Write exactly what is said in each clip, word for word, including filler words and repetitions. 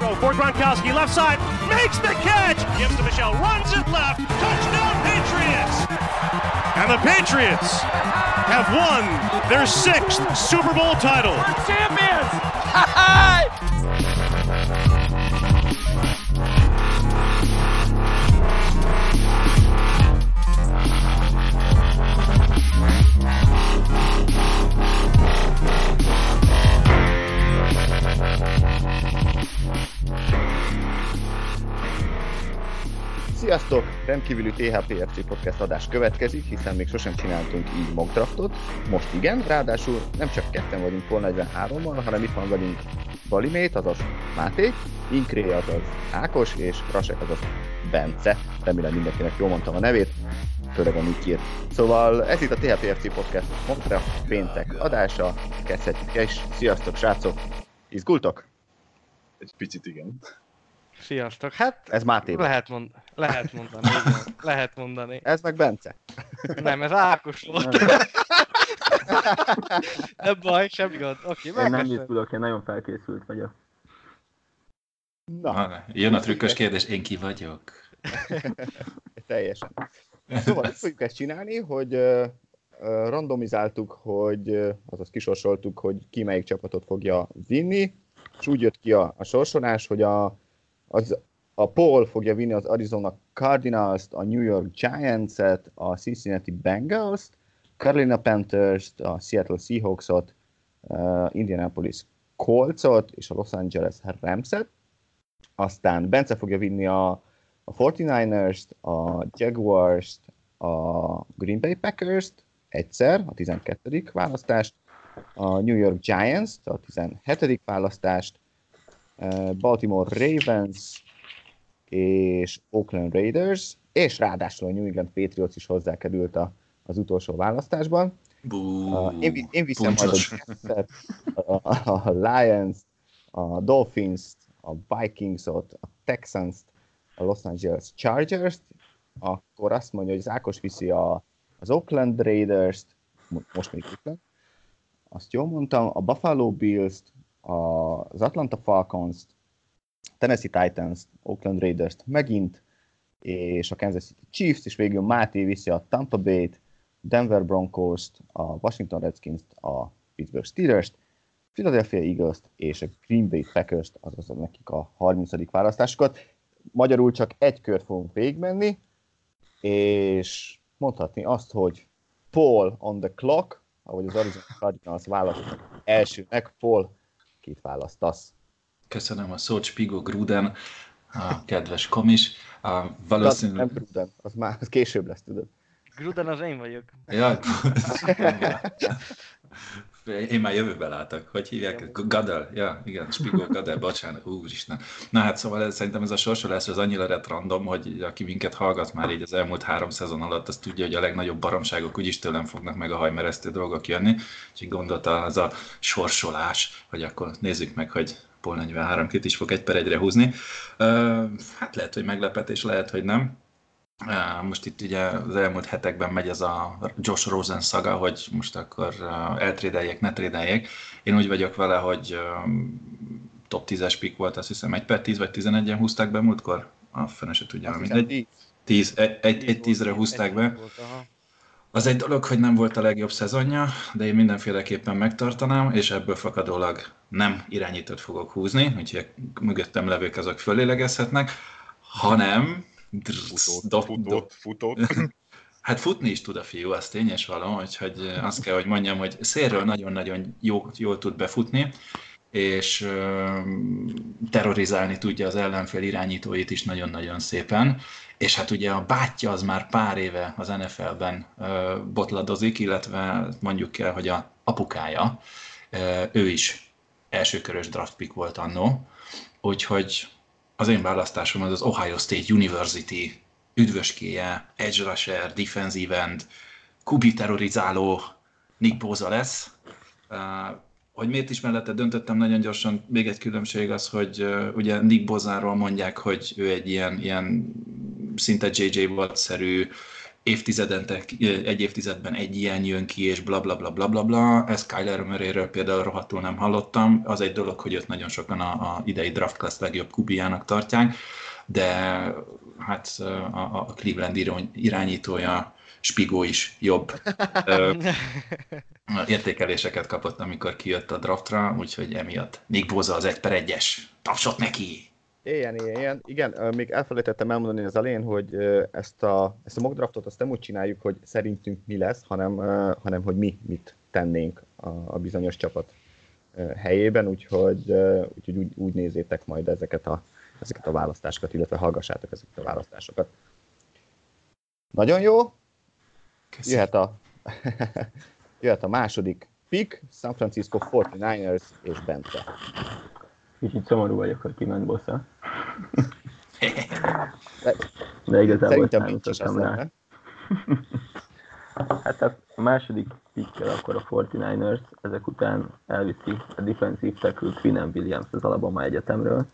throw for Gronkowski, left side, makes the catch! Gives to Michel, runs it left, touchdown Patriots! And the Patriots have won their sixth Super Bowl title. We're champions! Sziasztok! Rendkívüli té há pé ef cé Podcast adás következik, hiszen még sosem csináltunk így mock draftot. Most igen, ráadásul nem csak ketten vagyunk Pol negyvenhárommal, hanem itt van velünk Balimét, azaz Máté, Inkré, azaz Ákos, és Rasek, azaz Bence. Remélem mindenkinek jól mondtam a nevét, főleg a Mikért. Szóval ez itt a té há pé ef cé Podcast mock draft péntek adása, kezdhetjük is. Sziasztok srácok! Izgultok? Egy picit igen. Sziasztok, hát ez Máté. Lehet, mond, lehet mondani, igen. Lehet mondani. Ez meg Bence. Nem, ez Ákos volt. Nem baj, semmi gond. Oké, én nem izgulok, én nagyon felkészült vagyok. Na. Na, jön a trükkös kérdés, én ki vagyok? Teljesen. Szóval ezt fogjuk ezt csinálni, hogy uh, randomizáltuk, hogy, uh, azaz kisorsoltuk, hogy ki melyik csapatot fogja vinni, és úgy jött ki a, a sorsolás, hogy a Az, a Paul fogja vinni az Arizona Cardinals-t, a New York Giants-et, a Cincinnati Bengals-t, Carolina Panthers-t, a Seattle Seahawks-ot, uh, Indianapolis Colts-ot és a Los Angeles Rams-et. Aztán Bence fogja vinni a, a negyvenkilencesert, a Jaguars-t, a Green Bay Packers-t egyszer, a tizenkettedik választást, a New York Giants-t, a tizenhetedik választást, Baltimore Ravens és Oakland Raiders, és ráadásul a New England Patriots is hozzákerült a, az utolsó választásban. Bú, én, én viszem majd a, a, a Lions, a Dolphins, a Vikings-ot, a Texans, a Los Angeles Chargers-t, akkor azt mondja, hogy az Ákos viszi a, az Oakland Raiders-t, most még Oakland, azt jól mondtam, a Buffalo Bills-t, az Atlanta Falcons-t, Tennessee Titans-t, Oakland Raiders-t megint, és a Kansas City Chiefs, és végül Máté viszi a Tampa Bay-t, Denver Broncos-t, a Washington Redskins-t, a Pittsburgh Steelers-t, Philadelphia Eagles-t és a Green Bay Packers-t, azaz nekik a harmincadik választásokat. Magyarul csak egy kört fogunk végigmenni, és mondhatni azt, hogy Paul on the clock, ahogy az Arizona Cardinals választott elsőnek, Paul, kit választasz? Köszönöm a szót, Spigo Gruden, a kedves komis. A valószínűleg... Nem Gruden, az már az később lesz, tudod. Gruden az én vagyok. Ja, én már jövőben látok. Hogy hívják? Gadel. Ja, igen, Spigo Gadel, bocsánat, úristen. Na hát szóval ez, szerintem ez a sorsolás az annyira ret random, hogy aki minket hallgat már így az elmúlt három szezon alatt, az tudja, hogy a legnagyobb baromságok úgyis tőlem fognak meg a hajmeresztő dolgok jönni. Úgyhogy gondolta az a sorsolás, hogy akkor nézzük meg, hogy Pol negyvenhárom kit is fog egy per egyre húzni. Hát lehet, hogy meglepetés, lehet, hogy nem. Most itt ugye az elmúlt hetekben megy ez a Josh Rosen szaga, hogy most akkor eltrédeljék, ne trédeljék. Én úgy vagyok vele, hogy top tízes pick volt, azt hiszem egy per tíz vagy tizenegyen húzták be múltkor. A fene se tudja, mindegy. tíz, egy, egy, egy tízre húzták be. Az egy dolog, hogy nem volt a legjobb szezonja, de én mindenféleképpen megtartanám, és ebből fakadólag nem irányítót fogok húzni, úgyhogy mögöttem levők azok fölélegezhetnek, hanem... Futót, futót, futót. Hát futni is tud a fiú, az tényes való, úgyhogy azt kell, hogy mondjam, hogy szélről nagyon-nagyon jó, jól tud befutni, és uh, terrorizálni tudja az ellenfél irányítóit is nagyon-nagyon szépen, és hát ugye a bátyja az már pár éve az en ef el-ben uh, botladozik, illetve mondjuk kell, hogy a apukája, uh, ő is elsőkörös draft pick volt annó, úgyhogy az én választásom az az Ohio State University üdvöskéje, edge rusher, defensive end, kubi terrorizáló Nick Bosa lesz. Uh, hogy miért is mellette döntöttem nagyon gyorsan, még egy különbség az, hogy uh, ugye Nick Bosáról mondják, hogy ő egy ilyen, ilyen szinte jé jé Watt-szerű évtizedente, egy évtizedben egy ilyen jön ki, és bla bla bla bla bla bla. Ezt Kyler Murrayről például rohadtul nem hallottam. Az egy dolog, hogy őt nagyon sokan a, a idei draft class legjobb kubiának tartják, de hát a, a Cleveland irányítója, Spigó is jobb értékeléseket kapott, amikor kijött a draftra, úgyhogy emiatt Nick Bosa az egy per egyes. Tapsot neki! Ilyen, ilyen, ilyen. Igen, még elfelejtettem elmondani az elején, hogy ezt a, ezt a mock draftot azt nem úgy csináljuk, hogy szerintünk mi lesz, hanem, hanem hogy mi mit tennénk a, a bizonyos csapat helyében, úgyhogy, úgyhogy úgy, úgy nézzétek majd ezeket a, ezeket a választásokat, illetve hallgassátok ezeket a választásokat. Nagyon jó. Jöhet a, jöhet a második pick, San Francisco negyvenkilencesek és Bence. Kicsit szomorú vagyok, hogy kiment Bosa. De, De igazából szerintem nincs is számítottam rá. Hát a második pickkel akkor a negyvenkilencesek ezek után elviszi a defensive tackle Quinnen Williams az Alabama Egyetemről.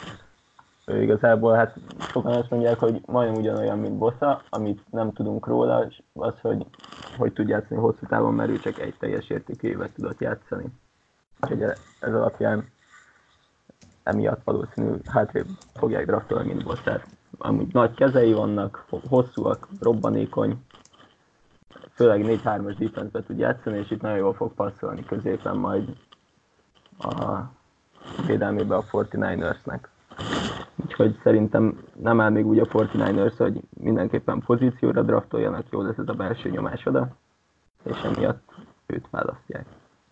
Ő igazából, hát sokan azt mondják, hogy majdnem ugyanolyan, mint Bosa, amit nem tudunk róla, az, hogy hogy tud játszani hosszú távon, mert ő csak egy teljes értékű évet tudott játszani. Úgyhogy ez alapján emiatt valószínűleg hátrébb fogják draftolni, mint Bossát. Amúgy nagy kezei vannak, hosszúak, robbanékony, főleg négy hármas defense-be tud játszani, és itt nagyon jól fog passzolni középen majd a védelmébe a negyvenkilencesnek. Úgyhogy szerintem nem áll még úgy a negyvenkilencesek, hogy mindenképpen pozícióra draftoljanak, jó lesz ez a belső nyomás oda, és emiatt őt választják.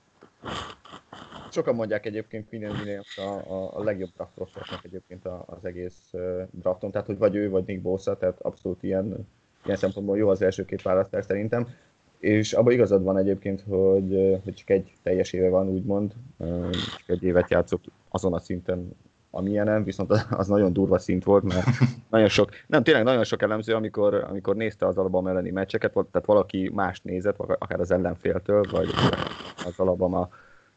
Sokan mondják egyébként Quinnen Williams a, a, a legjobb draft prospectnek egyébként az egész drafton, tehát hogy vagy ő, vagy Nick Bosa, tehát abszolút ilyen, ilyen szempontból jó az első két választás szerintem. És abban igazad van egyébként, hogy, hogy csak egy teljes éve van, úgymond, csak egy évet játszott azon a szinten, amilyenem, viszont az nagyon durva szint volt, mert nagyon sok, nem tényleg nagyon sok elemző, amikor, amikor nézte az Alabama elleni meccseket, tehát valaki mást nézett, akár az ellenféltől, vagy az Alabama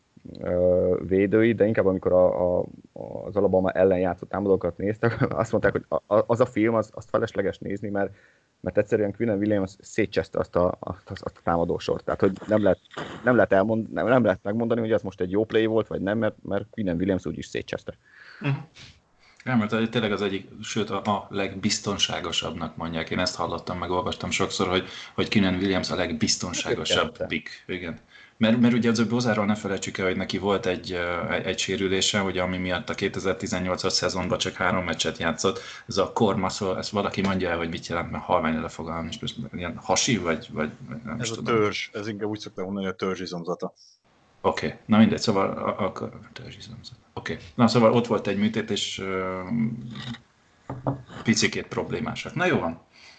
védői, de inkább amikor a, a, az Alabama ellen játszott támadókat néztek, azt mondták, hogy az a film, az, azt felesleges nézni, mert, mert egyszerűen Quinnen Williams szétcseszte azt a, azt, azt a támadósort. Tehát, hogy nem lehet, nem, lehet elmond, nem, nem lehet megmondani, hogy ez most egy jó play volt, vagy nem, mert, mert Quinnen Williams úgyis szétcseszte. Nem, mert tényleg az egyik, sőt a, a legbiztonságosabbnak mondják. Én ezt hallottam, meg olvastam sokszor, hogy, hogy Quinnen Williams a legbiztonságosabb pick. Igen. Mert, mert ugye az Bosáról ne felejtsük el, hogy neki volt egy, egy, egy sérülése, ugye, ami miatt a kétezer-tizennyolcas szezonban csak három meccset játszott. Ez a core muscle, ezt valaki mondja el, hogy mit jelent, mert halvány lefogalmam, és most ilyen hasi, vagy, vagy nem ez is a tudom. törzs, ez inkább úgy szoktam mondani, hogy a törzsizomzata. Oké, okay. Na mindegy, szóval a, a, a törzsizomzat. Oké, okay. Na szóval ott volt egy műtét, és uh, picikét problémásak. Na jó van.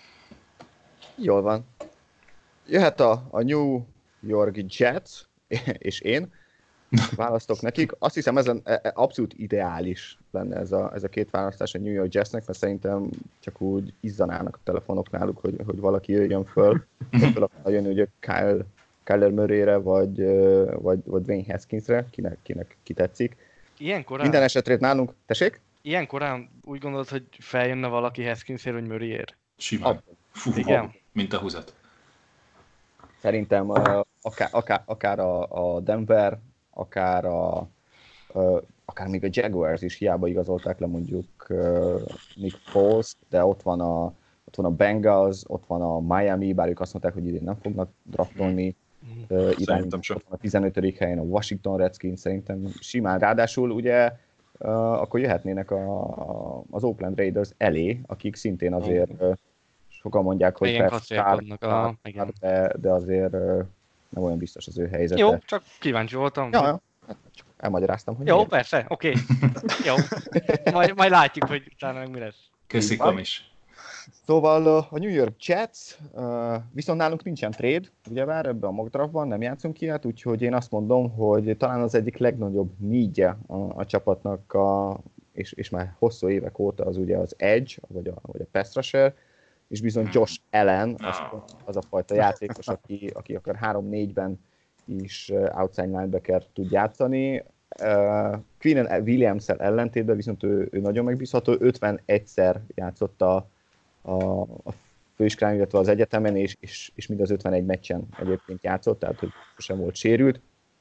Jól van. Jöhet a, a New York Jets, és én választok nekik. Azt hiszem, ezen abszolút ideális lenne ez a, ez a két választás a New York Jetsnek, mert szerintem csak úgy izzanának a telefonok náluk, hogy, hogy valaki jöjjön föl, föl akar jönni ugye Kyle, Kyler Murrayre, vagy, vagy, vagy Dwayne Haskinsre, kinek, kinek kitetszik. Ilyen korán, Minden esetre nálunk, tessék? ilyen korán úgy gondolod, hogy feljönne valaki Haskinsért, vagy Murrayért? Simán. Fú, igen. Mint a húzat. Szerintem uh, akár, akár, akár a, a Denver, akár, a, uh, akár még a Jaguars is hiába igazolták le mondjuk uh, Nick Foles, de ott van, a, ott van a Bengals, ott van a Miami, bár ők azt mondták, hogy idén nem fognak draftolni. Uh, irány, ott van a tizenötödik helyen a Washington Redskins, szerintem simán. Ráadásul ugye uh, akkor jöhetnének a, a, az Oakland Raiders elé, akik szintén azért uh, sokan mondják, hogy kár, kár, de, de azért uh, nem olyan biztos az ő helyzete. Jó, csak kíváncsi voltam. Ja, ja. Hát csak elmagyaráztam, hogy jó, miért. persze, oké. Okay. Jó. Majd, majd látjuk, hogy utána meg mi lesz. Köszi, Komis. Szóval a New York Jets, viszont nálunk nincsen trade, ugyebár ebben a mock draftban nem játszunk ilyet, úgyhogy én azt mondom, hogy talán az egyik legnagyobb need-je a, a csapatnak, a, és, és már hosszú évek óta az ugye az edge, vagy a, vagy a pass rusher, és bizony Josh Allen, az, az a fajta játékos, aki, aki akár három négyben is outside linebacker tud játszani. Uh, Quinnen Williams-el ellentétben viszont ő, ő nagyon megbízható, ötvenegyszer játszott a, a, a főiskolán, illetve az egyetemen, és, és, és mind az ötvenegy meccsen egyébként játszott, tehát hogy sem volt sérült.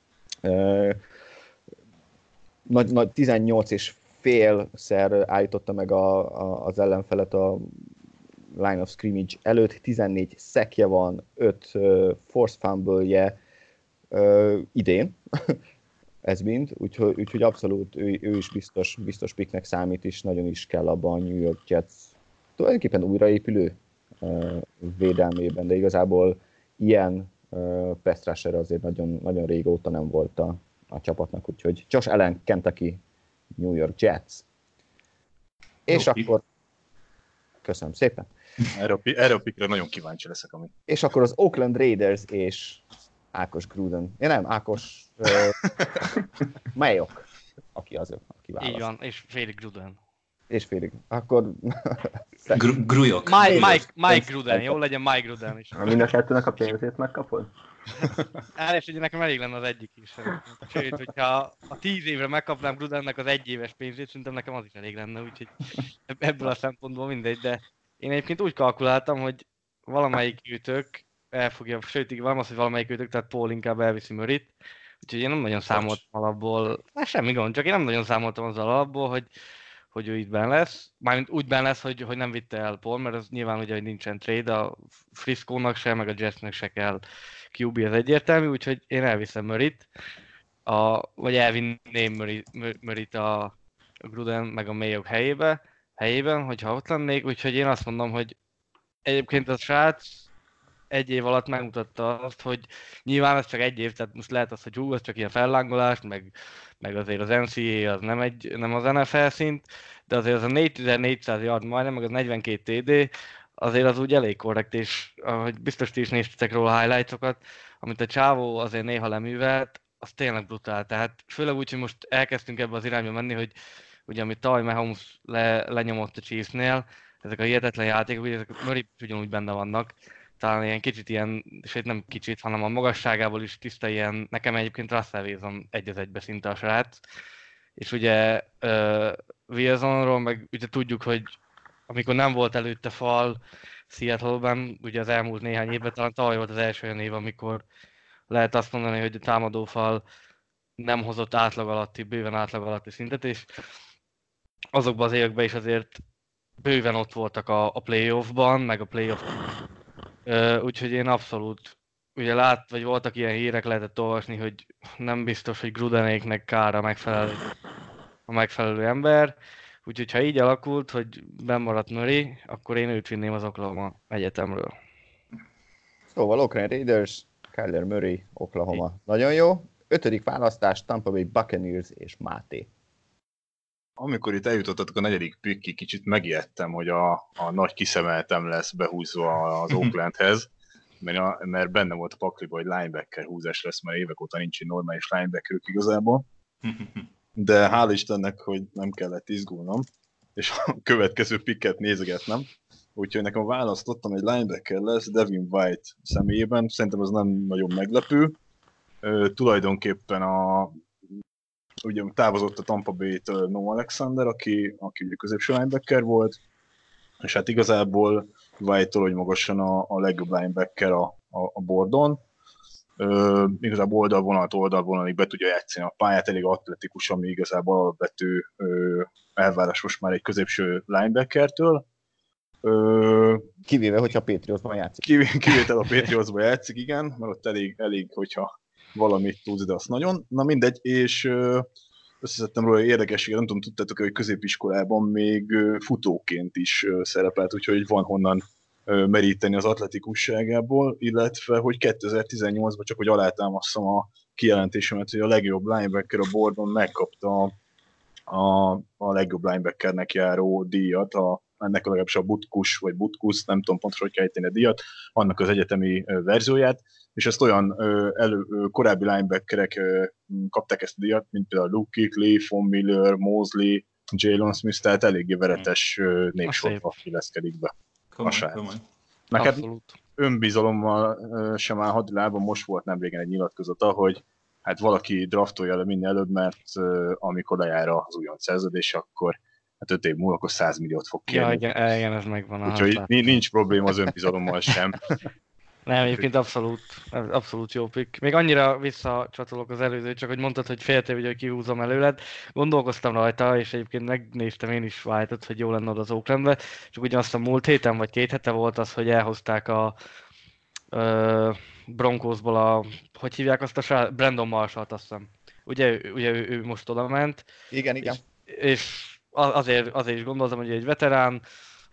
Nagy, nagy tizennyolc és félszer állította meg a, a, az ellenfelet a line of scrimmage előtt, tizennégy sackje van, öt uh, force fumble-je uh, idén, ez mind, úgyhogy, úgyhogy abszolút ő, ő is biztos, biztos picknek számít, és nagyon is kell abban a New York Jets tulajdonképpen újraépülő uh, védelmében, de igazából ilyen uh, pass rusher azért nagyon, nagyon régóta nem volt a, a csapatnak, úgyhogy Josh Allen, Kentucky, New York Jets. És Jó, akkor... Köszönöm szépen. Erre a, erre a pickre nagyon kíváncsi leszek, ami. És akkor az Oakland Raiders és Ákos Gruden. Én nem, Ákos uh, Mayok, aki az, aki választ. Így van, és félig Gruden. És félig. Akkor... Gr- Grujok. Mike, Mike, Mike Gruden, jó legyen Mike Gruden is. Ha mind a kettőnek a pénzét megkapod? Elés, hogy nekem elég lenne az egyik is. Sőt, hogyha a tíz évre megkapnám Grudennek az egy éves pénzét, szerintem nekem az is elég lenne, úgyhogy ebből a szempontból mindegy, de én egyébként úgy kalkuláltam, hogy valamelyik ütök elfogja, sőt, van az, hogy valamelyik ütök, tehát Paul inkább elviszi Murrayt, úgyhogy én nem nagyon számoltam alapból, hát semmi gond, csak én nem nagyon számoltam az alapból, hogy hogy ő itt benn lesz. Mármint úgy benn lesz, hogy, hogy nem vitte el Paul, mert az nyilván ugye, hogy nincsen trade, a Frisco-nak se, meg a Jetsnek se kell Q B, ez egyértelmű, úgyhogy én elviszem Murrayt, a, vagy elvinném Murrayt a, a Gruden meg a Mayok helyébe, helyében, hogyha ott lennék, úgyhogy én azt mondom, hogy egyébként a srác egy év alatt megmutatta azt, hogy nyilván ez csak egy év, tehát most lehet az, hogy hú, ez csak ilyen fellángolás, meg, meg azért az N C A A az nem, egy, nem az N F L szint, de azért az a négyezer-négyszáz yard majdnem, meg az negyvenkét T D, azért az úgy elég korrekt, és ahogy biztos ti is néztetek róla a highlightokat, amit a csávó azért néha leművelt, az tényleg brutál. Tehát főleg úgy, hogy most elkezdtünk ebbe az irányba menni, hogy ugye amit tavaly Mahomes le, lenyomott a Chiefsnél, ezek a hihetetlen játékok, ezek a Murray ugyanúgy benne vannak, talán ilyen kicsit ilyen, sőt nem kicsit, hanem a magasságából is tiszta ilyen, nekem egyébként Russell Wilson egy az egybe szinte a srác. És ugye uh, Wilsonról meg ugye tudjuk, hogy amikor nem volt előtte fal Seattle-ben, ugye az elmúlt néhány évben, talán tavaly volt az első olyan év, amikor lehet azt mondani, hogy a támadófal nem hozott átlag alatti, bőven átlag alatti szintet, és azokban az években is azért bőven ott voltak a, a playoffban, meg a playoff. Uh, úgyhogy én abszolút, ugye lát, vagy voltak ilyen hírek, lehetett olvasni, hogy nem biztos, hogy Grudenéknek kára megfelelő, a megfelelő ember. Úgyhogy ha így alakult, hogy bennmaradt Murray, akkor én őt vinném az Oklahoma egyetemről. Szóval Oakland Raiders, Kyler Murray, Oklahoma. Nagyon jó. Ötödik választás, Tampa Bay Buccaneers és Máté. Amikor itt eljutottatok a negyedik pickig, kicsit megijedtem, hogy a, a nagy kiszemeltem lesz behúzva az Oaklandhez, mert, a, mert benne volt a pakliba, hogy linebacker húzás lesz, mert évek óta nincs egy normális linebackerük igazából. De hál' Istennek, hogy nem kellett izgulnom, és a következő picket nézegetnem. Úgyhogy nekem választottam, egy linebacker lesz Devin White személyében, szerintem ez nem nagyon meglepő. Ö, tulajdonképpen a ugye távozott a Tampa Bay-től Noah Alexander, aki, aki ugye középső linebacker volt, és hát igazából White-tól, hogy magasan a, a legjobb linebacker a, a, a bordon. Ö, igazából oldalvonalat oldalvonalig be tudja játszani a pályát, elég atletikus, ami igazából alapvető ö, elvárás most már egy középső linebackertől. Ö, Kivéve, hogyha a Patriotsban játszik. Kivétel a Patriotsban játszik, igen, mert ott elég, elég hogyha valamit tudsz, de azt nagyon. Na mindegy, és ö, összeszedtem róla érdekességet, nem tudom, tudtátok, hogy középiskolában még ö, futóként is ö, szerepelt, úgyhogy van honnan ö, meríteni az atletikusságából, illetve, hogy kétezer-tizennyolcban csak, hogy alátámasztom a kijelentésemet, hogy a legjobb linebacker a bordon megkapta a, a legjobb linebackernek járó díjat, a, ennek legalábbis a Butkus, vagy Butkus, nem tudom pontosan, hogy kell ejteni a díjat, annak az egyetemi ö, verzióját, és ezt olyan ö, elő, ö, korábbi linebackerek ö, kapták ezt a díjat, mint például Luke Kuechly, Von Miller, Mosley, Jalen Smith, tehát eléggé veretes ö, népsorba illeszkedik be. Komoly, komoly. Neked Abszolút. önbizalommal ö, sem áll hadilában, most volt nemrégen egy nyilatkozata, hogy hát valaki draftolja le minél előbb, mert ö, amikor lejár az újonc szerződés, akkor hát öt év múlva akkor száz milliót fog kérni. Ja, igen, igen, ez megvan. Úgyhogy nincs probléma az önbizalommal sem. Nem, egyébként abszolút, abszolút jó pick. Még annyira visszacsatolok az előző, csak hogy mondtad, hogy féltél, hogy kihúzom előled. Gondolkoztam rajta, és egyébként megnéztem én is White-ot, hogy jó lenne oda az Oaklandbe. Csak ugyanazt a múlt héten, vagy két hete volt az, hogy elhozták a uh, Broncosból a, hogy hívják azt a srác? Brandon Marshall-t, azt hiszem. Ugye, ugye ő, ő most oda ment. Igen, igen. És, és azért, azért is gondoltam, hogy egy veterán,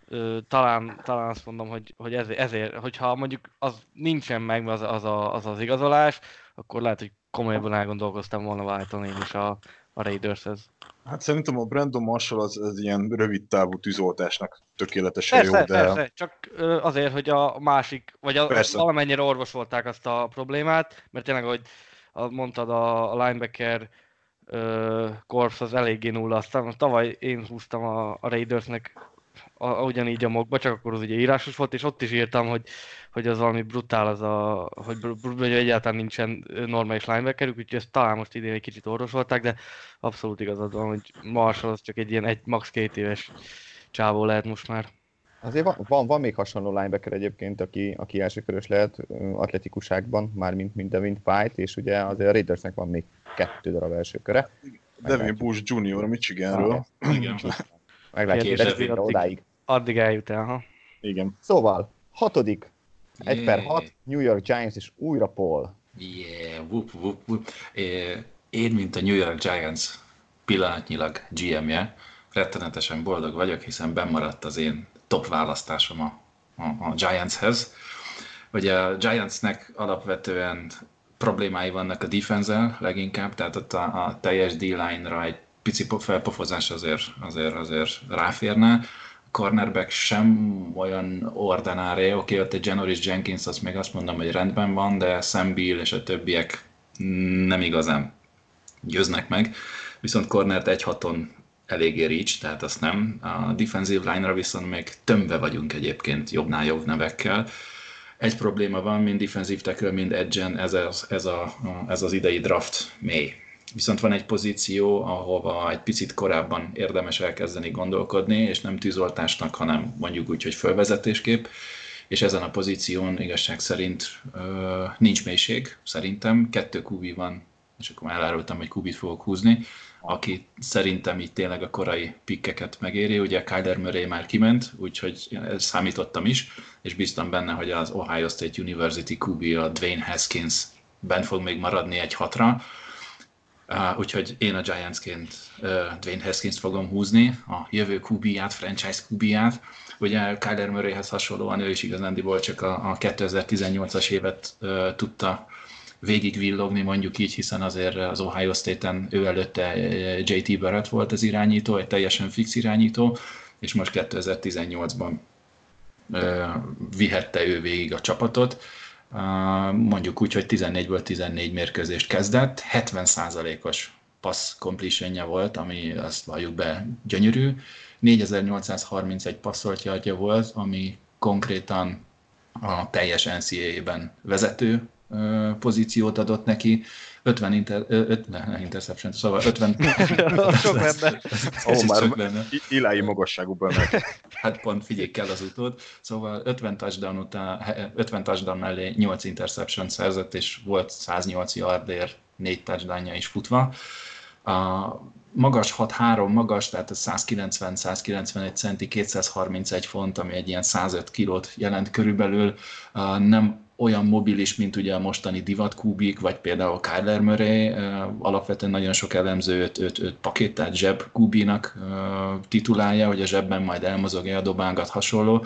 talán, talán azt mondom, hogy, hogy ezért, ezért, hogyha mondjuk az nincsen meg az az, a, az, az igazolás, akkor lehet, hogy komolyabban elgondolkoztam volna váltani én is a, a Raidershez. Hát szerintem a Brandon Marshall az, az ilyen rövid távú tűzoltásnak tökéletesen persze, jó, de... Persze, csak azért, hogy a másik, vagy a, valamennyire orvosolták azt a problémát, mert tényleg, ahogy mondtad, a, a linebacker uh, korps az eléggé nulla, aztán tavaly én húztam a, a Raidersnek A, ugyanígy a mokba, csak akkor az ugye írásos volt, és ott is írtam, hogy, hogy az valami brutál az a, hogy, hogy egyáltalán nincsen normális linebackerük, úgyhogy ezt talán most idén egy kicsit orvosolták, de abszolút igazad van, hogy Marshall az csak egy ilyen egy, max két éves csávó lehet most már. Azért van, van, van még hasonló linebacker egyébként, aki, aki elsőkörös lehet atletikuságban, mármint mint Devin White, és ugye azért a Raidersnek van még kettő darab elsőköre. Devin Bush junior a Michiganről. Ah, igen. Meglátjuk, hogy addig, odáig. Addig eljut el, ha? Igen. Szóval, hatodik, egy Yeah. per hat, New York Giants és újra Paul. Yeah, whoop, whoop, whoop. Én, mint a New York Giants pillanatnyilag gé em-je, rettenetesen boldog vagyok, hiszen bennmaradt az én top választásom a, a, a Giantshez. Ugye a Giantsnek alapvetően problémái vannak a defense-el leginkább, tehát ott a, a teljes D-line-ra egy pici felpofozás azért, azért, azért ráférne. A cornerback sem olyan ordináré, oké, okay, ott egy Janoris Jenkins, azt még azt mondom, hogy rendben van, de Sam Beal és a többiek nem igazán győznek meg. Viszont cornert egy haton eléggé reach, tehát azt nem. A defensive line-ra viszont még tömve vagyunk egyébként jobbnál jobb nevekkel. Egy probléma van, mind defensive tackle, mind edge-en, ez az, ez, a, ez az idei draft mély. Viszont van egy pozíció, ahova egy picit korábban érdemes elkezdeni gondolkodni, és nem tűzoltásnak, hanem mondjuk úgy, hogy fölvezetésképp. És ezen a pozíción igazság szerint ö, nincs mélység, szerintem. Kettő kú bé van, és akkor már elárultam, hogy kú bét fogok húzni, aki szerintem itt tényleg a korai pikkeket megéri. Ugye Kyler Murray már kiment, úgyhogy számítottam is, és bíztam benne, hogy az Ohio State University kú bé, a Dwayne Haskins benn fog még maradni egy hatra. Uh, úgyhogy én a Giantsként uh, Dwayne Haskins fogom húzni, a jövő kú bé-ját, franchise kú bé-ját. Ugye Kyler Murrayhez hasonlóan ő is igazándiból csak a, a kétezer-tizennyolcas évet uh, tudta végigvillogni, mondjuk így, hiszen azért az Ohio State-en ő előtte jé té Barrett volt az irányító, egy teljesen fix irányító, és most kétezer-tizennyolcban uh, vihette ő végig a csapatot. Uh, mondjuk úgy, hogy tizennégyből tizennégy mérkőzést kezdett, hetven százalékos pass completionja volt, ami azt valljuk be gyönyörű, négyezer-nyolcszázharmincegy passzolt yardja volt, ami konkrétan a teljes en cé á á-ben vezető uh, pozíciót adott neki, ötven inter, öt, ne, interception, szóval ötven... Sok lenne. Ó, már Ilái magasságúban meg. Hát pont figyelj kell az utód. Szóval ötven touchdown után, ötven touchdown mellé nyolc interception szerzett, és volt száznyolc yardért négy touchdownja is futva. A magas hat három magas, tehát százkilencven-százkilencvenegy centi, kétszázharmincegy font, ami egy ilyen százöt kilót jelent körülbelül. Nem olyan mobilis, mint ugye a mostani divat kú bék, vagy például Kyler Murray, alapvetően nagyon sok elemző őt, őt, őt pakét, tehát zseb kú bénak titulálja, hogy a zsebben majd elmozogja, dobálgat, hasonló.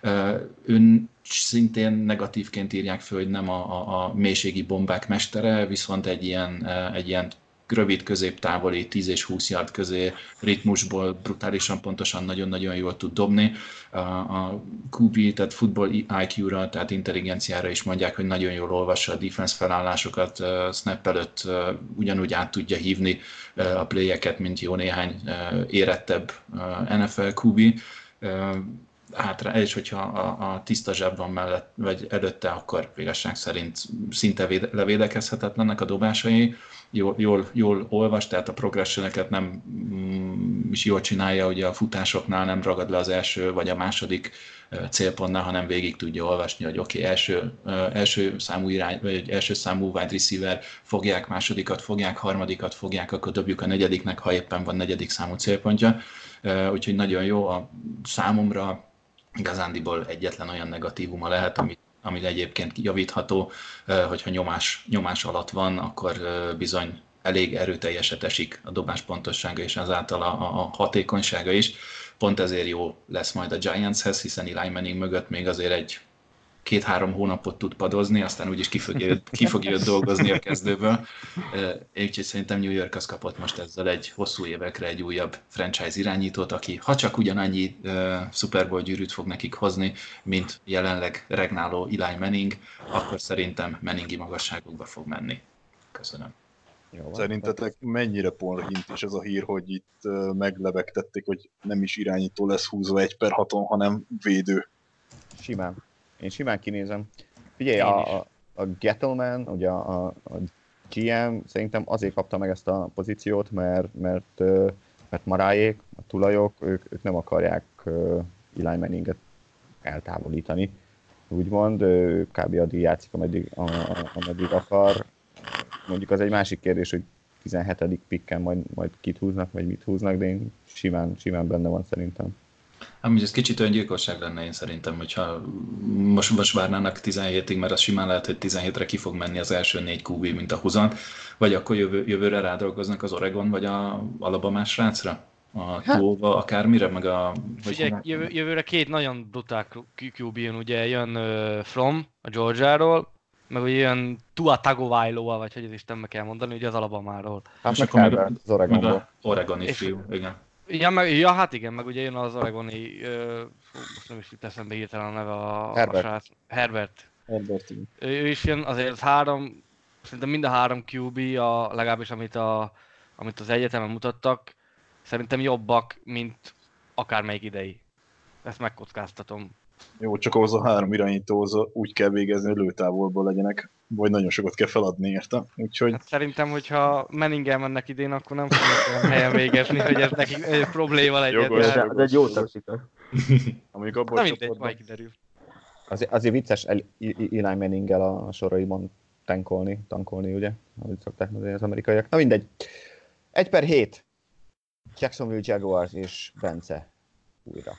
Ön szintén negatívként írják föl, hogy nem a, a, a mélységi bombák mestere, viszont egy ilyen, egy ilyen rövid középtávoli tíz és húsz yard közé ritmusból brutálisan pontosan nagyon-nagyon jól tud dobni. A kú bé, tehát football i kú-ra, tehát intelligenciára is mondják, hogy nagyon jól olvassa a defense felállásokat, snap előtt ugyanúgy át tudja hívni a playeket, mint jó néhány érettebb en ef el kú bé. hátra, és hogyha a, a tiszta zseb van mellett, vagy előtte, akkor igazság szerint szinte véde, levédekezhetetlennek a dobásai. Jól, jól, jól olvas, tehát a progressioneket nem mm, is jól csinálja, ugye a futásoknál nem ragad le az első vagy a második célpontnál, hanem végig tudja olvasni, hogy oké, okay, első, első számú irány, vagy első számú wide receiver fogják, másodikat fogják, harmadikat fogják, akkor dobjuk a negyediknek, ha éppen van negyedik számú célpontja. Úgyhogy nagyon jó a számomra, igazándiból egyetlen olyan negatívuma lehet, ami, ami egyébként javítható, hogyha nyomás, nyomás alatt van, akkor bizony elég erőteljeset esik a dobás pontossága és ezáltal a, a hatékonysága is. Pont ezért jó lesz majd a Giantshez, hiszen Eli Manning mögött még azért egy két-három hónapot tud padozni, aztán úgyis ki fogja, ki fogja őt dolgozni a kezdőből. Úgyhogy szerintem New York az kapott most ezzel egy hosszú évekre egy újabb franchise irányítót, aki ha csak ugyanannyi uh, Super Bowl gyűrűt fog nekik hozni, mint jelenleg regnáló Eli Manning, akkor szerintem Manningi magasságokba fog menni. Köszönöm. Jó, szerintetek mennyire porhintés ez a hír, hogy itt uh, meglebegtették, hogy nem is irányító lesz húzva egy per haton, hanem védő? Simán. Én simán kinézem. Figyelj, a, a, a Gettleman, ugye a, a gé em szerintem azért kapta meg ezt a pozíciót, mert, mert, mert Maráék, a tulajok, ők, ők nem akarják Eli Manninget eltávolítani. Úgymond, ő kb. Addig játszik, ameddig, ameddig akar. Mondjuk az egy másik kérdés, hogy tizenhetedik pikken majd, majd kit húznak, vagy mit húznak, de én simán, simán benne van szerintem. Amúgy ez kicsit olyan gyilkosság lenne én szerintem, hogyha most, most várnának tizenhétig, mert az simán lehet, hogy tizenhétre ki fog menni az első négy kú bé, mint a húzat, vagy akkor jövő, jövőre rádolgoznak az Oregon, vagy a Alabamás srácra? A Tuóva, akármire, meg a... Ugye, jövő, jövőre két nagyon brutál kú bé jön, ugye jön uh, From, a Georgia-ról, meg ugye jön Tua Tagovailoa, vagy hogy az Istenbe kell mondani, ugye az Alabamáról. Hát meg Herbert, az Oregonból. Oregoni fiú, igen. Ja, meg, ja, hát igen, meg ugye jön az oregoni, uh, most nem is jut eszembe hirtelen a neve a, Herbert. a srác. Herbert. Herbert, igen. Ő is jön, azért az három, szerintem mind a három kú bé, a, legalábbis amit, a, amit az egyetemen mutattak, szerintem jobbak, mint akármelyik idei. Ezt megkockáztatom. Jó, csak ahhoz a három irányítóhoz úgy kell végezni, hogy lőtávolból legyenek, vagy nagyon sokat kell feladni érte. Úgyhogy... Hát szerintem, hogyha Manninggel mennek idén, akkor nem fognak olyan helyen végezni, hogy ez nekik egy probléma legyen. Jogos, de... Ez egy jó taktika. Amíg abban Na a mindegy, csapatban... majd kiderül. Azért, azért vicces Eli Manninggel a soraiban tankolni, tankolni, ugye? Ahogy szokták mondani az amerikaiak. Na mindegy. egy per hét. Jacksonville Jaguars és Bence újra.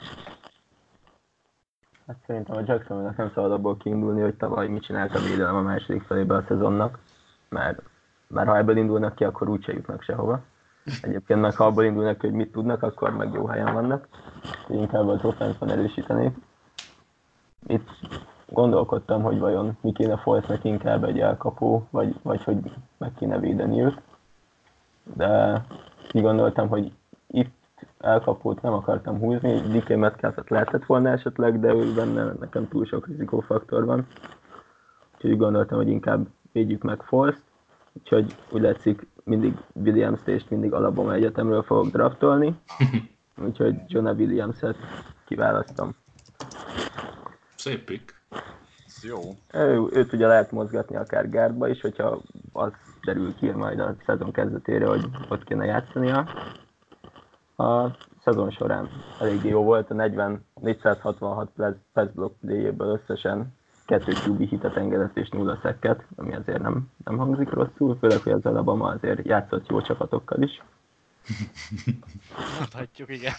Hát szerintem a Jacksonville-nek nem szabad abból kiindulni, hogy tavaly mit csinált a védelem a második felében a szezonnak, mert, mert ha ebből indulnak ki, akkor úgyse jutnak sehova. Egyébként meg ha abból indulnak ki, hogy mit tudnak, akkor meg jó helyen vannak. Inkább az offense-ban erősíteni. Itt gondolkodtam, hogy vajon mi kéne Folesnek inkább egy elkapó, vagy, vagy hogy meg kéne védeni őt. De így gondoltam, hogy itt elkapót nem akartam húzni, dé ká Metcalfet lehetett volna esetleg, de ő benne nekem túl sok rizikófaktor van. Úgyhogy gondoltam, hogy inkább védjük meg Foles-t, úgyhogy úgy látszik mindig Williams-t és mindig Alabama Egyetemről fogok draftolni, úgyhogy Jonah Williams-et kiválasztom. Szép pick. Jó. Ő, őt ugye lehet mozgatni akár gárdba is, hogyha az derül ki majd a szezon kezdetére, hogy ott kéne játszania. A szezon során elég jó volt, a negyven négyszázhatvanhat pass block play-jéből összesen kettő kú bé hitet engedett és nulla sacket, ami azért nem, nem hangzik rosszul, főleg, hogy az Alabama azért játszott jó csapatokkal is. Mondhatjuk, igen.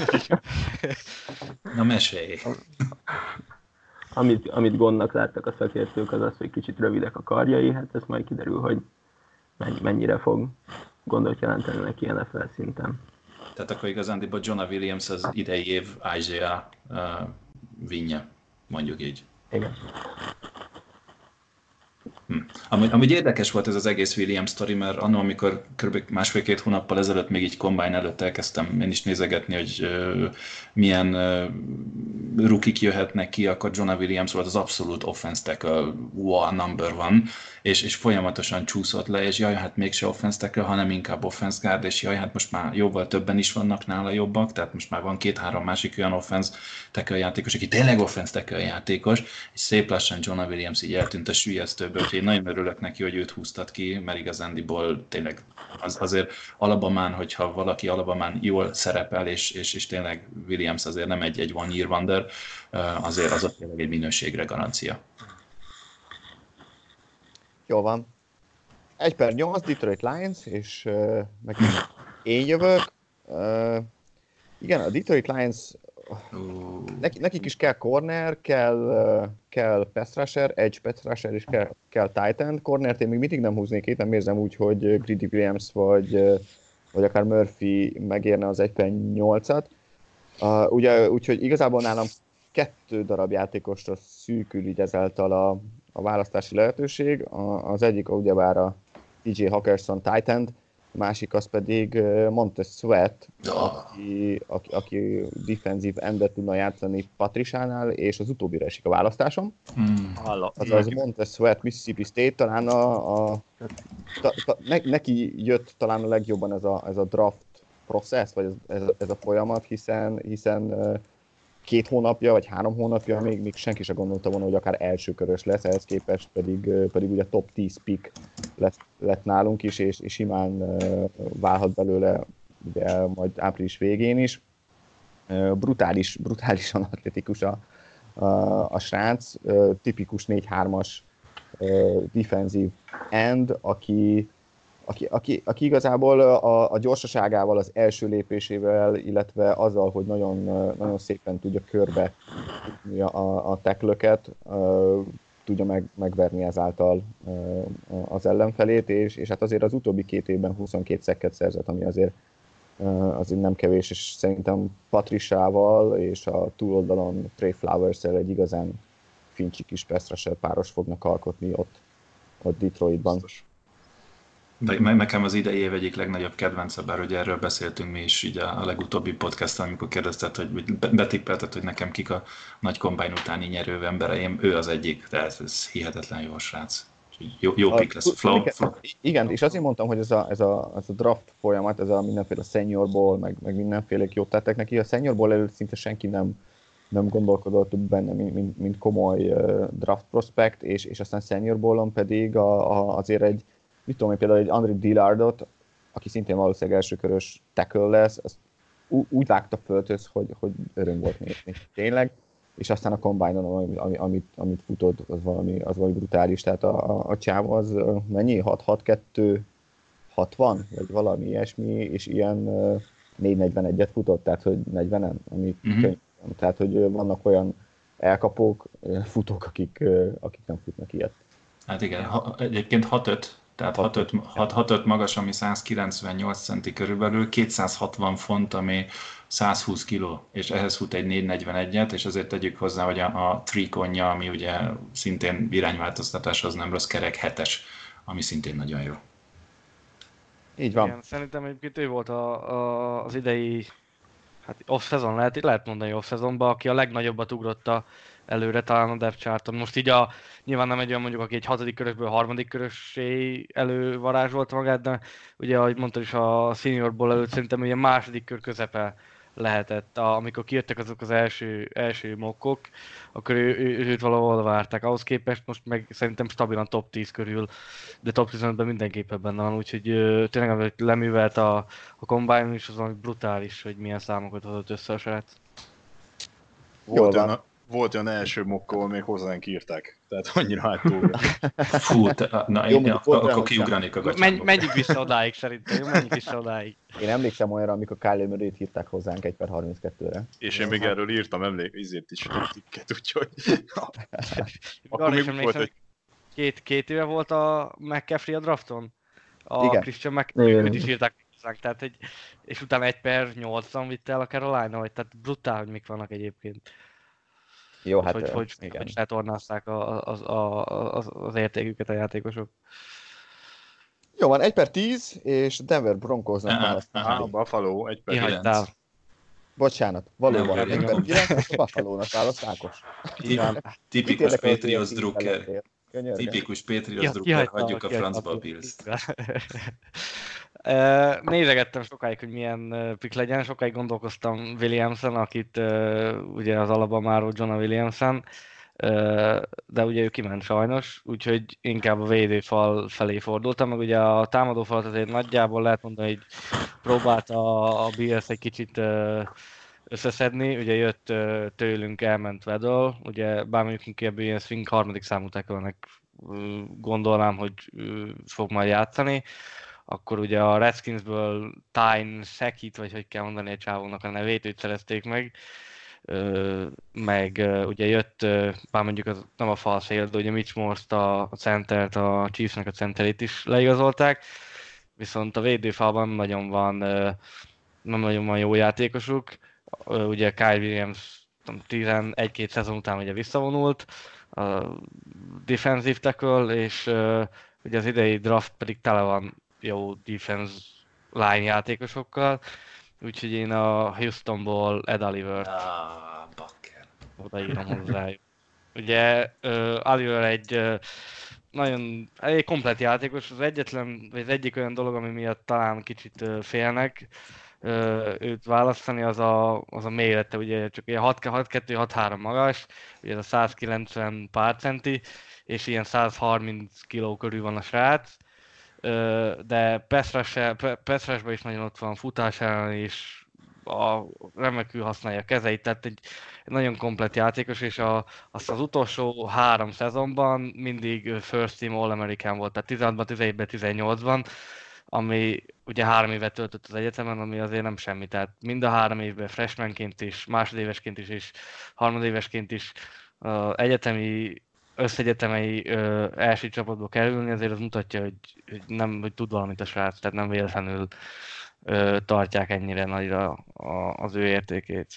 Na mesélj! Amit, amit gondnak láttak a szakértők, az az, hogy kicsit rövidek a karjai, hát ez majd kiderül, hogy mennyire fog gondot jelenteni neki en ef el szinten. Tehát akkor igazándiból Jonah Williams az idei év Isaiah uh, Vinje, mondjuk így. Igen. Hm. Amúgy, amúgy érdekes volt ez az egész Williams sztori, mert annól, amikor kb. másfél-két hónappal ezelőtt, még így combine előtt elkezdtem én is nézegetni, hogy uh, milyen uh, rukik jöhetnek ki, akkor Jonah Williams volt az abszolút offense tackle wow, number one, és, és folyamatosan csúszott le, és jaj, hát mégse offense tackle, hanem inkább offense guard, és jaj, hát most már jóval többen is vannak nála jobbak, tehát most már van két-három másik olyan offense tackle játékos, aki tényleg offense tackle játékos, és szép lassan Jonah Williams így eltűnt a süllyesztőből, úgyhogy én nagyon örülök neki, hogy őt húztad ki, mert igazándiból tényleg az, azért Alabamán, hogyha valaki Alabamán jól szerepel, és, és, és tényleg Williams azért nem egy, egy one year wonder, azért az a tényleg egy minőségre garancia. Jó van. egy per nyolc Detroit Lions, és uh, meg én jövök. Uh, igen, a Detroit Lions, uh. Neki, nekik is kell corner, kell, uh, kell pass rusher, edge pass rusher, és kell, kell tight end. Cornert én még mindig nem húznék itt, nem érzem úgy, hogy Greedy Williams vagy, uh, vagy akár Murphy megérne az egy per nyolcat. Uh, ugye, úgyhogy igazából nálam kettő darab játékosra szűkül így ezáltal a, a választási lehetőség. A, az egyik ugyebár a té jé Hawkinson tight end, a másik az pedig Montez Sweat, aki, aki, aki defensive endet tudna játszani Patriciánál, és az utóbbira esik a választásom. Hmm. Azaz Montez Sweat, Mississippi State, talán a, a ta, ta, ne, neki jött talán a legjobban ez a, ez a draft process, vagy ez, ez, ez a folyamat, hiszen, hiszen két hónapja, vagy három hónapja még, még senki sem gondolta volna, hogy akár elsőkörös lesz, ehhez képest pedig, pedig ugye top tíz pick lett, lett nálunk is, és, és simán uh, válhat belőle ugye majd április végén is. Uh, brutális, brutálisan atletikus a, a, a srác, uh, tipikus négy hármas uh, defensive end, aki Aki, aki, aki igazából a, a gyorsaságával, az első lépésével, illetve azzal, hogy nagyon, nagyon szépen tudja körbe a, a tackle-öket, uh, tudja meg, megverni ezáltal uh, az ellenfelét, és, és hát azért az utóbbi két évben huszonkét szekket szerzett, ami azért, uh, azért nem kevés, és szerintem Patriciával és a túloldalon Trey Flowers-el egy igazán fincsi kis pass rusher páros fognak alkotni ott, ott Detroitban. Biztos. De nekem az idei év egyik legnagyobb kedvence, bár ugye erről beszéltünk mi is így a legutóbbi podcasten, amikor kérdezted, hogy betippelted, hogy nekem kik a nagy combine utáni nyerő embereim, ő az egyik, de ez, ez hihetetlen jó srác. Jó, jó pick lesz. Flow, flow. Igen, és azért mondtam, hogy ez a, ez a, ez a draft folyamat, ez a mindenféle senior ball, meg, meg mindenfélék jót tettek neki. A senior ball előtt szinte senki nem, nem gondolkodott benne, mint, mint, mint komoly uh, draft prospect, és, és aztán senior ballon pedig a, a, azért egy mit tudom én, például egy Andre Dillardot, aki szintén valószínűleg elsőkörös tackle lesz, azt úgy vágta földhöz, hogy, hogy öröm volt nézni. Tényleg. És aztán a combine-on, ami, amit, amit futott, az valami, az valami brutális. Tehát a, a, a csáv az mennyi? hat hat kettő hatvan? Vagy valami ilyesmi, és ilyen négy negyvenegyet futott, tehát hogy negyvenen, ami mm-hmm. könyv. Tehát, hogy vannak olyan elkapók, futók, akik, akik nem futnak ilyet. Hát igen, ha, egyébként hat öt. Tehát hat öt magas, ami száz kilencvennyolc centi körülbelül, kétszázhatvan font, ami száz húsz kiló, és ehhez fut egy négy negyvenegyet, és azért tegyük hozzá, hogy a, a trikonja, ami ugye szintén irányváltoztatás, az nem rossz, kerek hetes, ami szintén nagyon jó. Így van. Igen, szerintem egyébként ő volt a, a, az idei hát off-szezon, lehet, lehet mondani off-szezonban, aki a legnagyobbat ugrotta előre talán a depth charton. Most így a, nyilván nem egy olyan mondjuk, aki egy hatodik körösből harmadik körössé elővarázsolta magát, de ugye, ahogy mondtad is, a seniorból előtt szerintem ugye második kör közepe lehetett. A, amikor kijöttek azok az első, első mokkok, akkor ő, ő, őt valahol várták. Ahhoz képest most meg szerintem stabilan top tíz körül, de top tizenötben mindenképpen benne van, úgyhogy ő, tényleg amit leművelt a, a combine is, az valami brutális, hogy milyen számokat hozott össze a srác. Volt olyan, volt olyan első mokk, ahol még hozzánk írták. Tehát annyira hátul. Fú, te, na jó, én akkor, akkor kiugranék a gatyámba. Menj, menjünk vissza odáig szerintem, jó? Menjünk vissza odáig. Én emlékszem olyanra, amikor Kyler Murray-t hívták hozzánk egy per harminckettőre. És én még erről írtam, emlék, izért is cikket, úgyhogy... Akkor még volt egy... Két, két éve volt a McCaffrey a drafton? A igen. Christian McCaffrey-t is írták hozzánk, tehát egy, és utána egy per nyolcvan vitte el a Carolina, vagy tehát brutál, hogy mik vannak egyébként. Jó, hát hogy, hogy, igen. hogy feltornázták az, a, az, az értéküket a játékosok. Jó van, egy per tíz, és Denver Broncosnak Aha, választottam. aha. Ah, Buffalo, egy per Kihagytál. Bocsánat, valóban, Nem, egy per nem. kilenc, és a Buffalo-nak választ Ákos. Igen. Mit Tipikus érdekel, hogy Patriots ilyen Drucker. tízbe lettél? Könyörgöm. Tipikus Patriots Ki- Drucker, kihagyta- hagyjuk a kihagyta francba a Bills. Bills-t. Ö, Nézegettem sokáig, hogy milyen ö, pick legyen, sokáig gondolkoztam Williamson, akit ö, ugye az Alabamáról John Williamson, ö, de ugye ő kiment sajnos, úgyhogy inkább a védőfal felé fordultam, meg ugye a támadófalat azért nagyjából lehet mondani, hogy próbálta a, a Bills egy kicsit ö, összeszedni, ugye jött ö, tőlünk, elment Weddle, ugye bár mondjuk ebből ilyen swing harmadik számú tackle-nek ö, gondolnám, hogy ö, fog majd játszani, akkor ugye a Redskinsből Tyne Sekit, vagy hogy kell mondani egy csávónak a nevét, őt szerezték meg, ö, meg ö, ugye jött, ö, bár mondjuk az nem a fal szél, de ugye Mitch Morse-t, a, a centert, a Chiefsnek a centerét is leigazolták, viszont a védőfalban nem nagyon van, ö, nem nagyon van jó játékosuk, ö, ugye Kyle Williams tizenegy-két szezon után ugye visszavonult, a defensive tackle, és ö, ugye az idei draft pedig tele van jó defense line játékosokkal, úgyhogy én a Houstonból Ed Oliver-t Ah, bakker. odaírom hozzájuk. Ugye uh, Oliver egy uh, nagyon egy komplet játékos, az egyetlen, vagy az egyik olyan dolog, ami miatt talán kicsit uh, félnek uh, őt választani, az a, az a mérete, ugye csak ilyen hat kettő hat három magas, ugye ez a száz kilencven pár centi, és ilyen száz harminc kiló körül van a srác, de Peszrásban is nagyon ott van, futás ellen is a, remekül használja a kezeit, tehát egy, egy nagyon komplet játékos, és a, azt az utolsó három szezonban mindig First Team All-American volt, tehát tizenhatban, tizenhétben, tizennyolcban, ami ugye három évet töltött az egyetemen, ami azért nem semmi, tehát mind a három évben freshmanként is, másodévesként is, és harmadévesként is uh, egyetemi összegyetemei ö, első csapatba kerülni, azért az mutatja, hogy, hogy nem hogy tud valamit a srác, tehát nem véletlenül ö, tartják ennyire nagyra a, az ő értékét.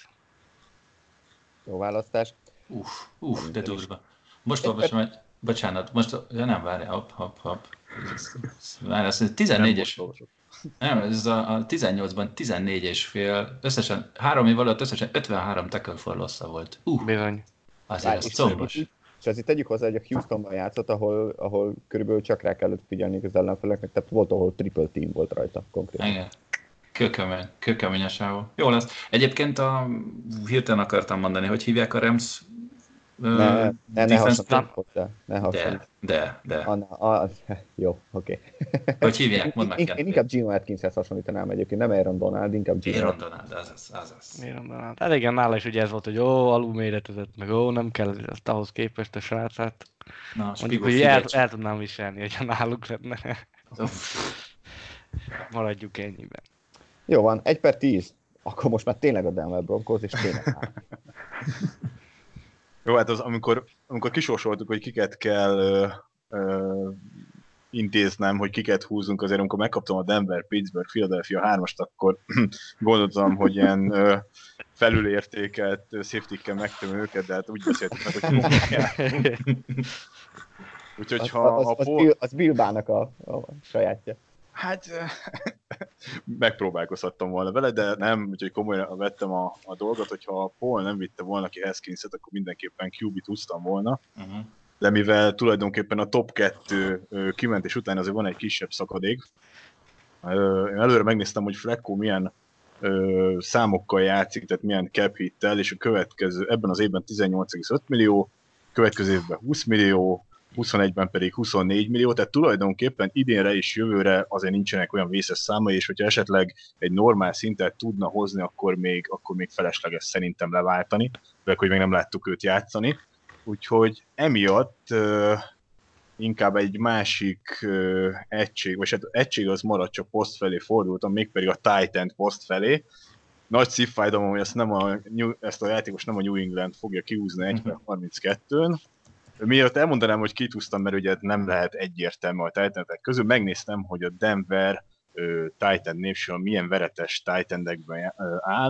Jó választás. Uff, uff, de durva. Most olvasom, hogy bocsánat, most, ja nem, várj, hopp, hopp, hopp. Várj, ez tizennégyes. Nem, ez a, a tizennyolcban tizennégy és fél, összesen három év alatt összesen ötvenhárom tackle for loss-a volt. Uh, Bizony. azért az combos. És ezt itt tegyük hozzá, hogy a Houstonban játszott, ahol, ahol körülbelül csak rá kellett figyelni az ellenfeleknek, tehát volt, ahol triple team volt rajta konkrétan. Igen. Kőkemény, kőkemény a sávó. Jó lesz. Egyébként a hirtelen akartam mondani, hogy hívják a Rams Ne, ne, ne defense... hasonlítsd hozzá. Ne De, hasonlítsd. de, de. Anna, a, jó, oké. Okay. Hogy hívják? Mondd meg én, én inkább Gino Atkinshez hasonlítanám egyébként, nem Aaron Donald, inkább Gino. Aaron Donald, azaz, azaz. Aaron Donald. Hát igen, nála is ugye ez volt, hogy ó, alulméretezett, meg ó, nem kell ezt ahhoz képest a srácát. Na, Mondjuk, Spigo, hogy el, figyelj. el tudnám viselni, hogyha náluk lenne. Maradjuk ennyiben. Jó van, egy per tíz. Akkor most már tényleg a Denver Broncos, és tényleg Jó, hát az, amikor, amikor kisorsoltuk, hogy kiket kell ö, ö, intéznem, hogy kiket húzunk, azért amikor megkaptam a Denver, Pittsburgh, Philadelphia hármast, akkor gondoltam, hogy ilyen ö, felülértékelt safety-kkel megtömöm őket, de hát úgy beszéltük meg, hogy komolyan. Úgyhogy az, ha az, a az, Paul... Bill, az Bilbának a, a sajátja. Hát megpróbálkozhattam volna vele, de nem, úgyhogy komolyan vettem a, a dolgot, hogyha a Paul nem vitte volna ki Haskinset, akkor mindenképpen Q B-t húztam volna. Uh-huh. De mivel tulajdonképpen a top kettő kimentés után azért van egy kisebb szakadék, én előre megnéztem, hogy Flacco milyen ö, számokkal játszik, tehát milyen cap hittel, és a következő, ebben az évben tizennyolc egész öt millió, következő évben húsz millió, huszonegyben pedig huszonnégy millió, tehát tulajdonképpen idénre és jövőre azért nincsenek olyan vészes számai, és hogyha esetleg egy normál szintet tudna hozni, akkor még, akkor még felesleges szerintem leváltani, de hogy még nem láttuk őt játszani. Úgyhogy emiatt uh, inkább egy másik uh, egység, vagy hát egység az maradt, csak poszt felé fordultam, mégpedig a tight end poszt felé. Nagy szívfájdalom, hogy ezt, nem a, ezt a játékos nem a New England fogja kiúzni egy per harminckettőn. Miért elmondanám, hogy kit húztam, mert ugye nem lehet egyértelmű a tight endek közül. Megnéztem, hogy a Denver uh, tight end népsor milyen veretes tight endekben uh, áll.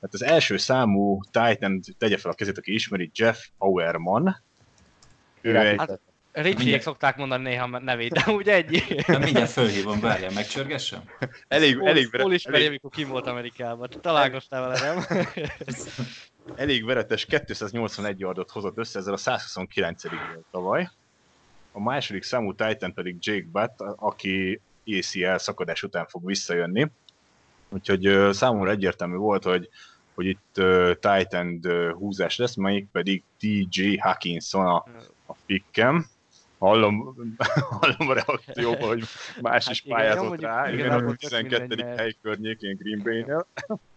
Hát az első számú Titan, tegye fel a kezét, aki ismeri, Jeff Auerman. Ő egy... Hát, Richie-ék szokták mondani néha a nevét, de úgy egy. Hát mindjárt fölhívom, várjál, megcsörgessem? Elég, Hol, elég, hol ismeri, elég, amikor kim volt Amerikában. Találkoztál vele, nem? elég veretes kétszáznyolcvanegy yardot hozott össze, ezzel a százhuszonkilencedik volt tavaly. A második számú Titan pedig Jake Butt, aki á cé el szakadás után fog visszajönni. Úgyhogy uh, számomra egyértelmű volt, hogy, hogy itt uh, Titan uh, húzás lesz, melyik pedig té jé Hawkinson a, a pickem. Hallom, hallom a reakcióban, hogy más is hát pályázott igen, rá, igen, igen, a tizenkettedik hely környékén Green Bay-nél.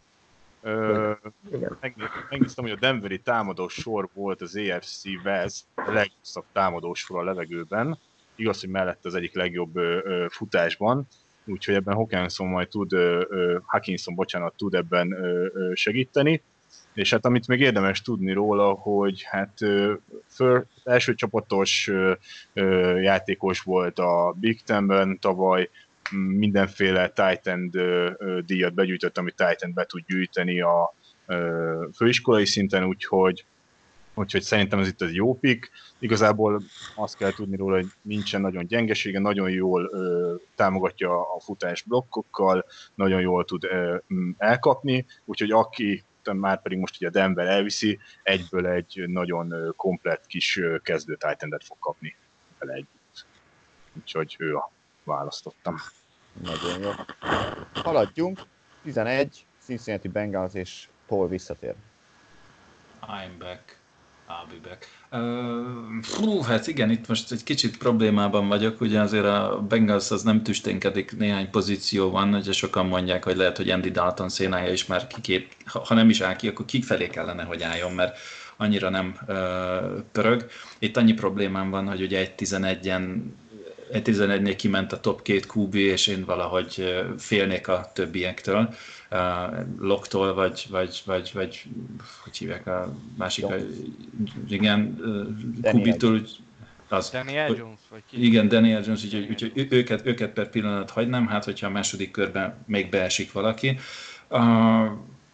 Megnéztem, hogy a denveri támadós sor volt az á ef cé West a legrosszabb támadós sor a levegőben. Igaz, hogy mellett az egyik legjobb ö, ö, futásban, úgyhogy ebben Hawkinson majd tud, ö, ö, Hawkinson, bocsánat, tud ebben ö, ö, segíteni. És hát amit még érdemes tudni róla, hogy hát ö, föl, első csapatos ö, ö, játékos volt a Big Tenben tavaly, mindenféle Titan díjat begyűjtött, amit Titan be tud gyűjteni a ö, főiskolai szinten, úgyhogy, úgyhogy szerintem ez itt egy jó pick. Igazából azt kell tudni róla, hogy nincsen nagyon gyengesége, nagyon jól ö, támogatja a futás blokkokkal, nagyon jól tud ö, elkapni, úgyhogy aki már pedig most ugye a Denver elviszi, egyből egy nagyon komplett kis kezdő Titan-et fog kapni vele együtt. Úgyhogy ő a választottam. Nagyon jó. Haladjunk. tizenegy, Cincinnati Bengals és Paul visszatér. I'm back. I'll be back. Uh, fú, hát igen, itt most egy kicsit problémában vagyok, ugye azért a Bengals az nem tüsténkedik, néhány pozíció van, ugye sokan mondják, hogy lehet, hogy Andy Dalton szénája is már kikép, ha nem is áll ki, akkor kik felé kellene, hogy álljon, mert annyira nem uh, pörög. Itt annyi problémám van, hogy ugye egy tizenegyen egy tizenegynél kiment a top két kú bé, és én valahogy félnék a többiektől, uh, Locktól, vagy, vagy, vagy, vagy, hogy hívják a másik, a, igen, uh, kú bé-től, az, Daniel Jones, vagy ki? Igen, Daniel Jones, úgyhogy, úgyhogy őket, őket per pillanat hagynám, hát hogyha a második körben még beesik valaki. Uh,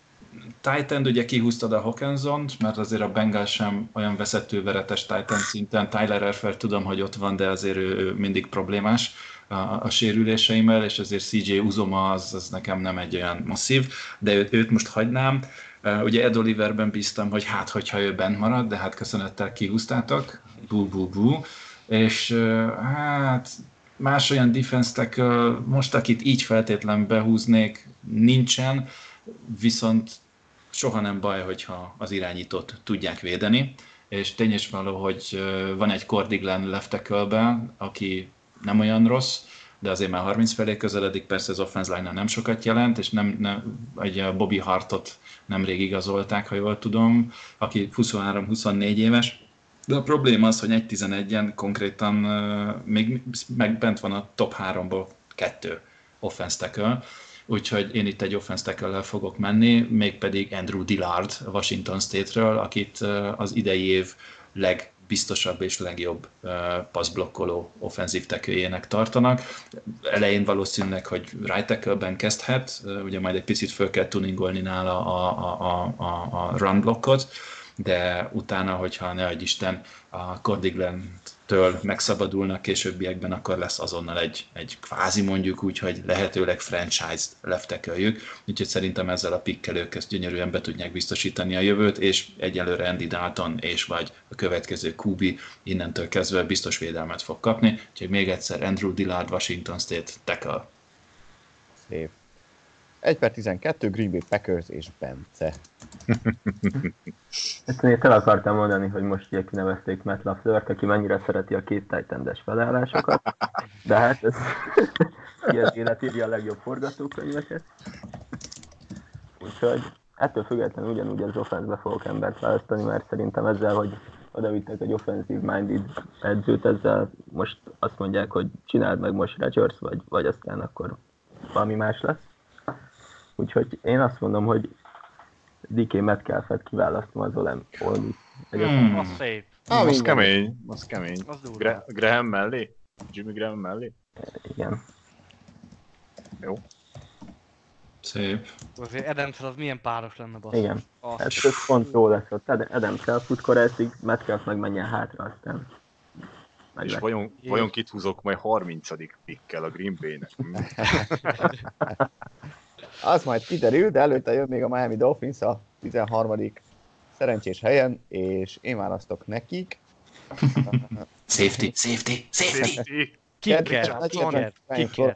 Titan, ugye kihúztad a Hawkinsont, mert azért a Bengals sem olyan vezetőveretes Titan szinten. Tyler Erfert tudom, hogy ott van, de azért ő mindig problémás a, a sérüléseimmel, és azért cé jé Uzoma az, az nekem nem egy olyan masszív, de őt, őt most hagynám. Ugye Ed Oliverben bíztam, hogy hát, hogyha ő bent marad, de hát köszönettel kihúztátok. Bú, bú, bú. És hát más olyan defense tackle, most akit így feltétlen behúznék, nincsen, viszont soha nem baj, hogyha az irányítót tudják védeni, és tény is való, hogy van egy Cordy Glenn left tackle-ben, aki nem olyan rossz, de azért már harminc felé közeledik, persze az offense line-nál nem sokat jelent, és nem, nem, egy Bobby Hartot nemrég igazolták, ha jól tudom, aki huszonhárom-huszonnégy éves, de a probléma az, hogy egy tizenegyen konkrétan uh, még meg bent van a top háromból kettő offense tackle, úgyhogy én itt egy offense tackle-lel fogok menni, mégpedig Andrew Dillard Washington State-ről, akit uh, az idei év legbiztosabb és legjobb uh, passzblokkoló offenzív tackle-jének tartanak. Elején valószínűleg, hogy right tackle-ben kezdhet, uh, ugye majd egy picit föl kell tuningolni nála a, a, a, a run blokkot, de utána, hogyha ne adj Isten a Cordy Glenn-től megszabadulnak későbbiekben, akkor lesz azonnal egy, egy kvázi mondjuk úgy, hogy lehetőleg franchise-t left tackle-jük, úgyhogy szerintem ezzel a pickkel ők ezt gyönyörűen be tudják biztosítani a jövőt, és egyelőre Andy Dalton és vagy a következő kú bé innentől kezdve biztos védelmet fog kapni, úgyhogy még egyszer Andrew Dillard, Washington State tackle. Szép. egy per tizenkettő, Green Bay Packers és Bence. Ezt én el akartam mondani, hogy most ugye kinevezték Matt LaFleur-t, aki mennyire szereti a két tight-endes felállásokat, de hát ez ki az élet írja a legjobb forgatókönyveket. Úgyhogy ettől függetlenül ugyanúgy az offense-be fogok embert választani, mert szerintem ezzel, hogy odavittek egy offensive-minded edzőt, ezzel most azt mondják, hogy csináld meg most Rodgers, vagy, vagy aztán akkor valami más lesz. Úgyhogy én azt mondom, hogy dé ká Metcalfet kiválasztom az Olem Olmi. Hmm. Az szép. Ah, az kemény, az kemény. Az durva. Gra- Graham mellé? Jimmy Graham mellé? Igen. Jó. Szép. Azért Adams-el az milyen páros lenne, basszus. Igen. Az... Hát ez pont jó lesz ott. Adams elfut Korászig, Metcalf meg menjen hátra, aztán meg És lesz. vajon, vajon kit húzok majd harmincadik pikkel a Green Bay-nek? Az majd kiderül, de előtte jön még a Miami Dolphins a tizenharmadik szerencsés helyen, és én választok nekik. Safety, safety, safety! Kicker, kicker, kicker.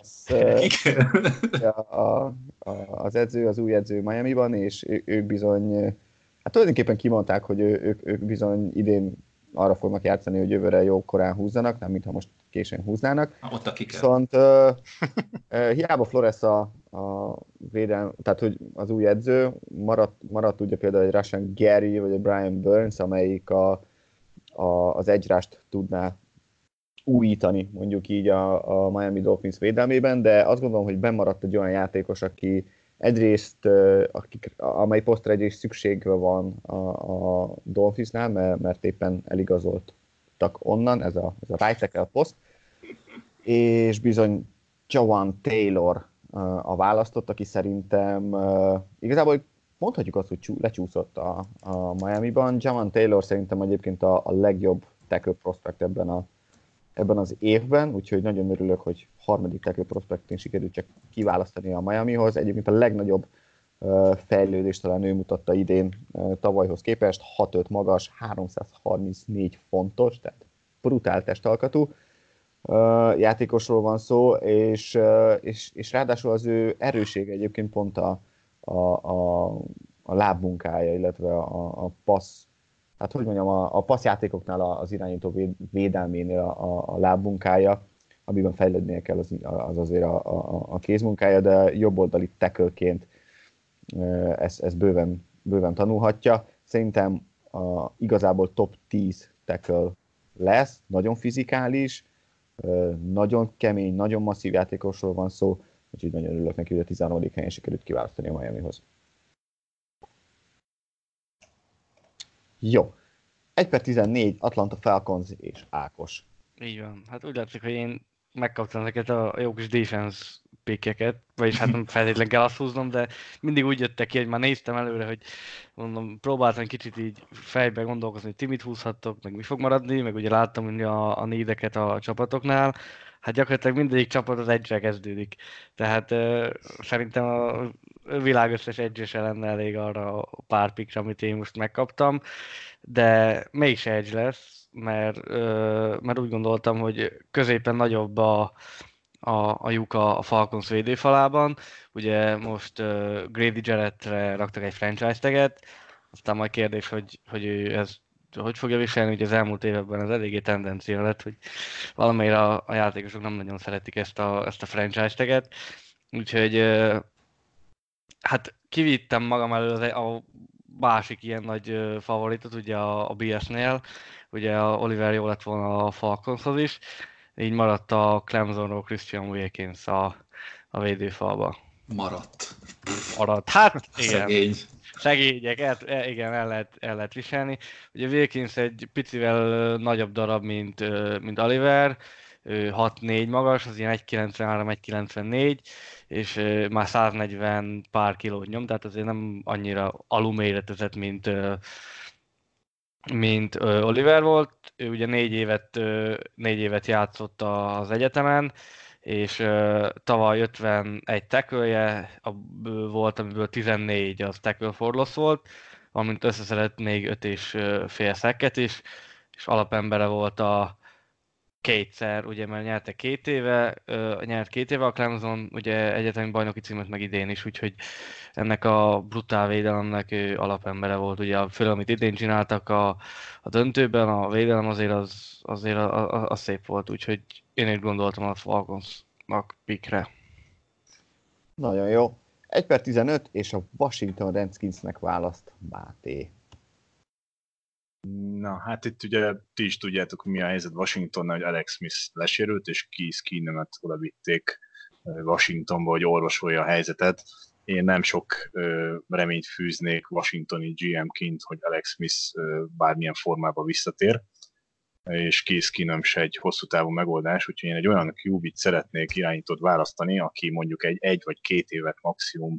Az edző, az új edző Miamiban, és ő, ők bizony, hát tulajdonképpen kimondták, hogy ő, ők, ők bizony idén arra fognak játszani, hogy jövőre jó korán húzzanak, nem mintha most későn húznának. Ott a kicker. Viszont uh, uh, hiába Flores a, a védelm, tehát hogy az új edző, maradt, maradt ugye például egy Rashan Gary, vagy egy Brian Burns, amelyik a, a, az edge-rást tudná újítani, mondjuk így a, a Miami Dolphins védelmében, de azt gondolom, hogy bemaradt egy olyan játékos, aki egyrészt, akik, amely posztra egyrészt szükség van a, a Dolphinsnál, mert, mert éppen eligazoltak onnan, ez a, ez a right tackle poszt, és bizony Jawan Taylor a választott, aki szerintem igazából mondhatjuk azt, hogy lecsúszott a, a Miamiban. Jawan Taylor szerintem egyébként a, a legjobb tackle prospect ebben a ebben az évben, úgyhogy nagyon örülök, hogy harmadik tackle prospectén sikerült csak kiválasztani a Miamihoz. Egyébként a legnagyobb uh, fejlődést talán ő mutatta idén uh, tavalyhoz képest, hat öt magas, háromszázharmincnégy fontos, tehát brutál testalkatú uh, játékosról van szó, és, uh, és, és ráadásul az ő erősége egyébként pont a, a, a, a lábmunkája, illetve a, a passz, hát hogy mondjam, a, a passzjátékoknál az irányító véd, védelménél a, a lábmunkája, amiben fejlődnie kell, az, az azért a, a, a kézmunkája, de jobboldali tackle-ként ezt, ezt bőven, bőven tanulhatja. Szerintem a, igazából top tíz tackle lesz, nagyon fizikális, nagyon kemény, nagyon masszív játékosról van szó, úgyhogy nagyon örülök neki, hogy a tizenharmadik helyen sikerült kiválasztani a Miamihoz. Jó. egy per tizennégy, Atlanta Falcons és Ákos. Így van. Hát úgy látszik, hogy én megkaptam ezeket a jó kis defense pickeket, vagyis hát nem feltétlenül kell azt húznom, de mindig úgy jöttek ki, hogy már néztem előre, hogy mondom, próbáltam kicsit így fejbe gondolkozni, hogy ti mit húzhattok, meg mi fog maradni, meg ugye láttam hogy a, a nédeket a csapatoknál, hát gyakorlatilag mindegyik csapat az edge-re kezdődik. Tehát uh, szerintem a világ összes edge-se lenne elég arra a pár pickre, amit én most megkaptam, de mégse edge lesz, mert, uh, mert úgy gondoltam, hogy középen nagyobb a, a, a lyuk a, a Falcons védőfalában. Ugye most uh, Grady Jarrettre raktak egy franchise taget, aztán majd kérdés, hogy, hogy ő ez hogy fogja viselni, hogy az elmúlt években ez eléggé tendencia lett, hogy valamelyre a, a játékosok nem nagyon szeretik ezt a, ezt a franchise taget. Úgyhogy hát kivittem magam elő az, a másik ilyen nagy favoritot, ugye a, a bé es-nél, ugye a Oliver jó lett volna a Falconshoz is, így maradt a Clemsonról Christian Wilkins a, a védőfalba. Maradt. Maradt, hát igen. Szegény. Szegények, el, igen, el lehet, el lehet viselni. Ugye Wilkins egy picivel nagyobb darab, mint, mint Oliver, hat négy magas, az ilyen egy kilencvenhárom egy kilencvennégy, és már száznegyven pár kilót nyom, tehát azért nem annyira alulméretezett, mint, mint Oliver volt. Ő ugye négy évet, négy évet játszott az egyetemen, és uh, tavaly ötvenegy tackle-je volt, amiből tizennégy az tackle for loss volt, valamint összeszedett még öt és fél sacket is, és alapembere volt a kétszer, ugye, mert nyerte két éve, uh, nyert két éve a Clemson, ugye egyetemi bajnoki címet meg idén is, úgyhogy ennek a brutál védelemnek ő alapembere volt, ugye főleg amit idén csináltak a, a döntőben, a védelem azért az, azért az, az, az szép volt, úgyhogy én így gondoltam a Falconsnak pickre. Nagyon jó. egy per tizenöt, és a Washington Redskinsnek választ Máté. Na, hát itt ugye ti is tudjátok, mi a helyzet Washingtonnal, hogy Alex Smith lesérült, és Keith Keenumet oda vitték Washingtonba, hogy orvosolja a helyzetet. Én nem sok ö, reményt fűznék washingtoni gé em-ként, hogy Alex Smith ö, bármilyen formában visszatér, és Keith Keenum se egy hosszú távú megoldás, úgyhogy én egy olyan kú bét szeretnék irányítót választani, aki mondjuk egy egy vagy két évet maximum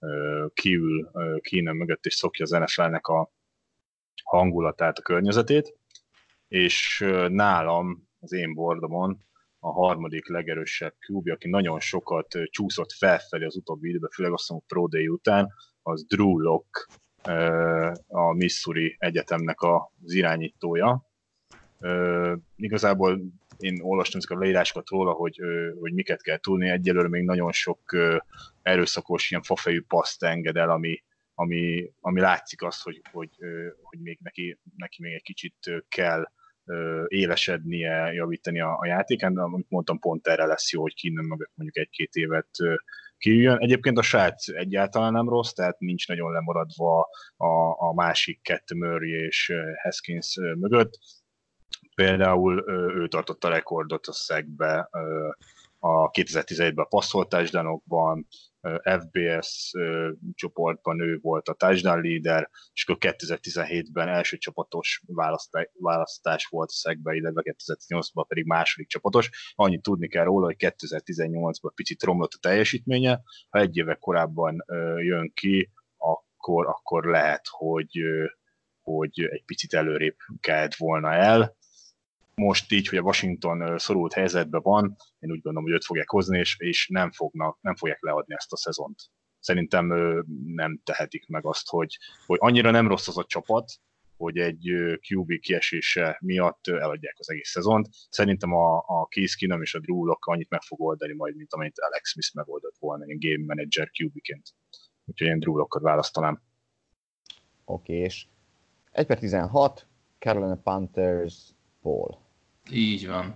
kiül Keenan mögött, és szokja az en ef el-nek a hangulatát, a környezetét, és nálam, az én bordomon a harmadik legerősebb kú bé, aki nagyon sokat csúszott felfelé az utóbbi időben, főleg azt mondom Pro Day után, az Drew Lock, a Missouri Egyetemnek az irányítója. Igazából én olvastam ezeket a leírásokat róla, hogy, hogy miket kell tudni, egyelőre még nagyon sok erőszakos, ilyen fafejű paszt enged el, ami, ami, ami látszik azt, hogy, hogy, hogy még neki, neki még egy kicsit kell élesednie, javítani a, a játékán, de amit mondtam, pont erre lesz jó, hogy Keenan mögött mondjuk egy-két évet kiüljön. Egyébként a srác egyáltalán nem rossz, tehát nincs nagyon lemaradva a, a másik kettő Murray és Haskins mögött. Például ő tartotta a rekordot a szegbe a kétezer-tizenegyben a passzolt touchdownokban, ef bé es csoportban ő volt a touchdown leader, és akkor kétezer-tizenhétben első csapatos választás volt a szegbe, illetve kétezer-tizennyolcban pedig második csapatos. Annyit tudni kell róla, hogy kétezer-tizennyolcban picit romlott a teljesítménye, ha egy éve korábban jön ki, akkor, akkor lehet, hogy, hogy egy picit előrébb kellett volna el. Most így, hogy a Washington szorult helyzetben van, én úgy gondolom, hogy őt fogják hozni, és, és nem, fognak, nem fogják leadni ezt a szezont. Szerintem nem tehetik meg azt, hogy, hogy annyira nem rossz az a csapat, hogy egy kú bé kiesése miatt eladják az egész szezont. Szerintem a, a Case Keenum és a Drew Lock annyit meg fog oldani majd, mint amit Alex Smith megoldott volna, egy game manager kú bé-ként. Úgyhogy én Drew Lockot választanám. Oké, és egy per tizenhat, Carolina Panthers, Paul. Így van.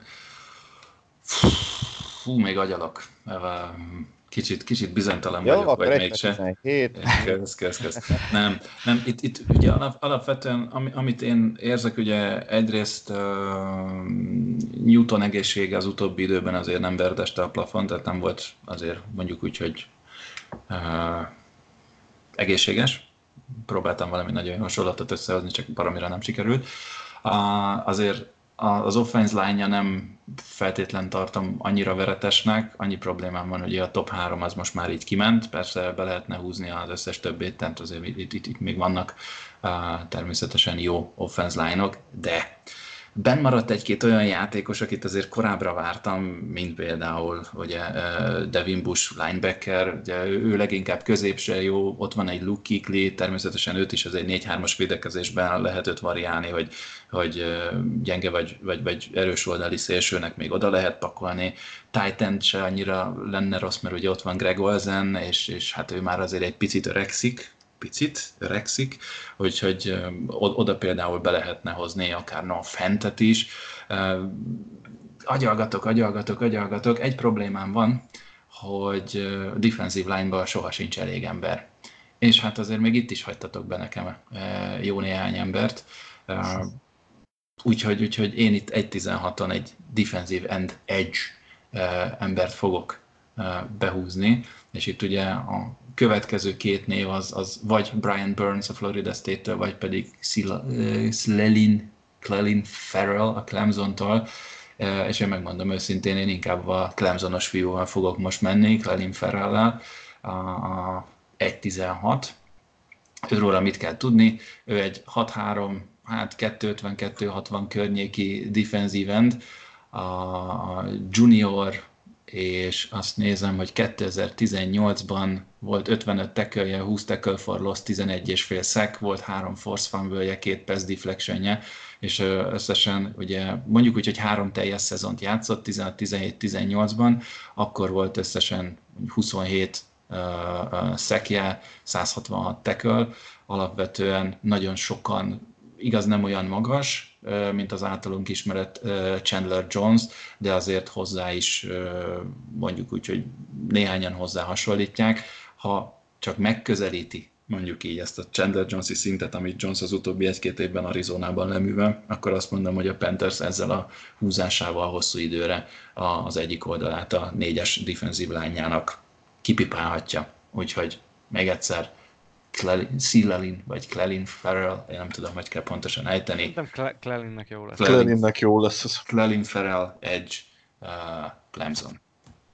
Fú, még agyalok. Kicsit, kicsit bizonytalan Jó, vagyok, vagy mégse. Kösz, kösz, kösz. Nem, nem, itt, itt ugye alapvetően, amit én érzek, ugye egyrészt uh, Newton egészsége az utóbbi időben azért nem verdeste a plafon, tehát nem volt azért mondjuk úgy, hogy uh, egészséges. Próbáltam valami nagyon hasonlatot összehozni, csak baromira nem sikerült. Uh, azért az offense line-ja nem feltétlen tartom annyira veretesnek, annyi problémám van, hogy a top három az most már így kiment, persze be lehetne húzni az összes többét, tehát azért itt, itt, itt még vannak uh, természetesen jó offense line-ok, de benn maradt egy-két olyan játékos, akit azért korábbra vártam, mint például ugye, Devin Bush linebacker, ugye, ő leginkább középső jó, ott van egy Luke Kuechly, természetesen őt is az egy négy hármas védekezésben lehet őt variálni, hogy, hogy gyenge vagy, vagy, vagy erős oldali szélsőnek még oda lehet pakolni. Tight end se annyira lenne rossz, mert ugye ott van Greg Olsen, és, és hát ő már azért egy picit öregszik, picit öregszik, úgyhogy oda például be lehetne hozni akár no Fantet is. Agyalgatok, agyalgatok, agyalgatok. Egy problémám van, hogy defensive line-ban soha sincs elég ember. És hát azért még itt is hagytatok be nekem jó néhány embert. Úgyhogy, úgyhogy én itt egy tizenhaton egy defensive end edge embert fogok behúzni, és itt ugye a következő két név az, az vagy Brian Burns a Florida State-től, vagy pedig Clelin, Clelin Ferrell a Clemson-tól, és én megmondom őszintén, én inkább a Clemsonos fiúval fogok most menni, Clelin Ferrell-lel, a egy tizenhat. Őróla mit kell tudni? Ő egy hat három, hát kettő ötven kettő hatvan környéki defensive end, a junior, és azt nézem, hogy kétezer-tizennyolcban volt ötvenöt tackle-je, húsz tackle for loss, tizenegy és fél sack, volt három force fumble-je, két pass deflection-je, és összesen ugye mondjuk úgy, hogy három teljes szezont játszott, tizenhat tizenhét tizennyolcban, akkor volt összesen huszonhét uh, uh, sackje, száz hatvanhat tackle, alapvetően nagyon sokan, igaz nem olyan magas, mint az általunk ismert Chandler Jones, de azért hozzá is mondjuk úgy, hogy néhányan hozzá hasonlítják. Ha csak megközelíti mondjuk így ezt a Chandler Jones-i szintet, amit Jones az utóbbi egy-két évben Arizonában leművel, akkor azt mondom, hogy a Panthers ezzel a húzásával hosszú időre az egyik oldalát a négyes defensive line-jának kipipálhatja. Úgyhogy még egyszer Clelin, vagy Clelin Ferrell, én nem tudom, hogy kell pontosan ejteni. Nem, Clelinnek jó lesz. Clelinnek jó lesz az. Clelin Ferrell, Edge, uh, Clemson.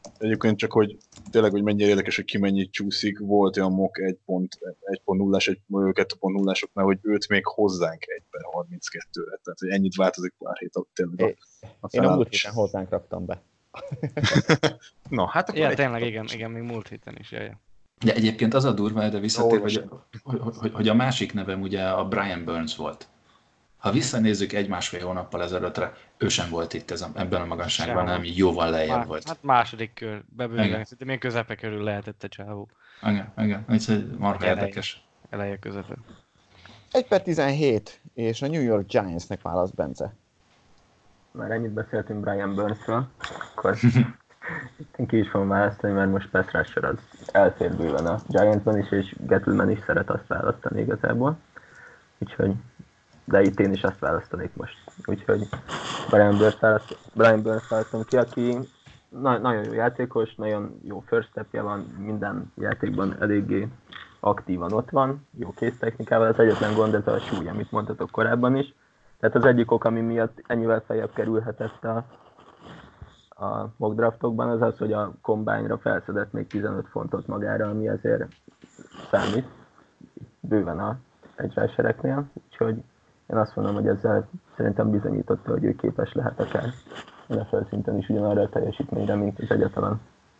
Egyébként csak, hogy tényleg, hogy mennyire érdekes, hogy ki mennyit csúszik, volt olyan mock egy pont nullás, kettő pont nullásoknál, hogy őt még hozzánk egy per harminckettőre. Tehát, hogy ennyit változik pár hét alatt tényleg a, a Én a múlt héten hozzánk raktam be. Na, hát akkor ja, tényleg, igen, igen, még múlt héten is, jaj. De egyébként az a durva, de visszatér, hogy, hogy, hogy, hogy a másik nevem ugye a Brian Burns volt. Ha visszanézzük egy-másfél hónappal ezelőttre, ő sem volt itt ez a, ebben a magasságban, hanem jóval lejjebb Má, volt. Hát második kör, bebőven, szerintem ilyen közepe körül lehetett a csávó. Igen, igen, úgyhogy marha érdekes. Eleje közepe. egy per tizenhét, és a New York Giantsnek válasz Bence. Már ennyit beszéltünk Brian Burnsről, akkor én ki is fogom választani, mert most pass rusher az elfér bőven a Giantsban is, és Gettleman is szeret azt választani igazából. Úgyhogy, de itt én is azt választanék most. Úgyhogy Brian Burns választ, Brian Burns választom ki, aki na- nagyon jó játékos, nagyon jó first stepje van, minden játékban eléggé aktívan ott van, jó kéztechnikával, az egyetlen gond ez a súly, amit mondtatok korábban is. Tehát az egyik ok, ami miatt ennyivel feljebb kerülhetett a, a mock draftokban, az az, hogy a combine-ra felszedett még tizenöt fontot magára, ami azért számít bőven a edge rushereknél. Úgyhogy én azt mondom, hogy ezzel szerintem bizonyította, hogy ő képes lehet akár en ef el szinten is ugyanarra a teljesítményre, mint az egyetlen.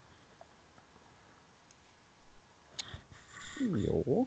Jó.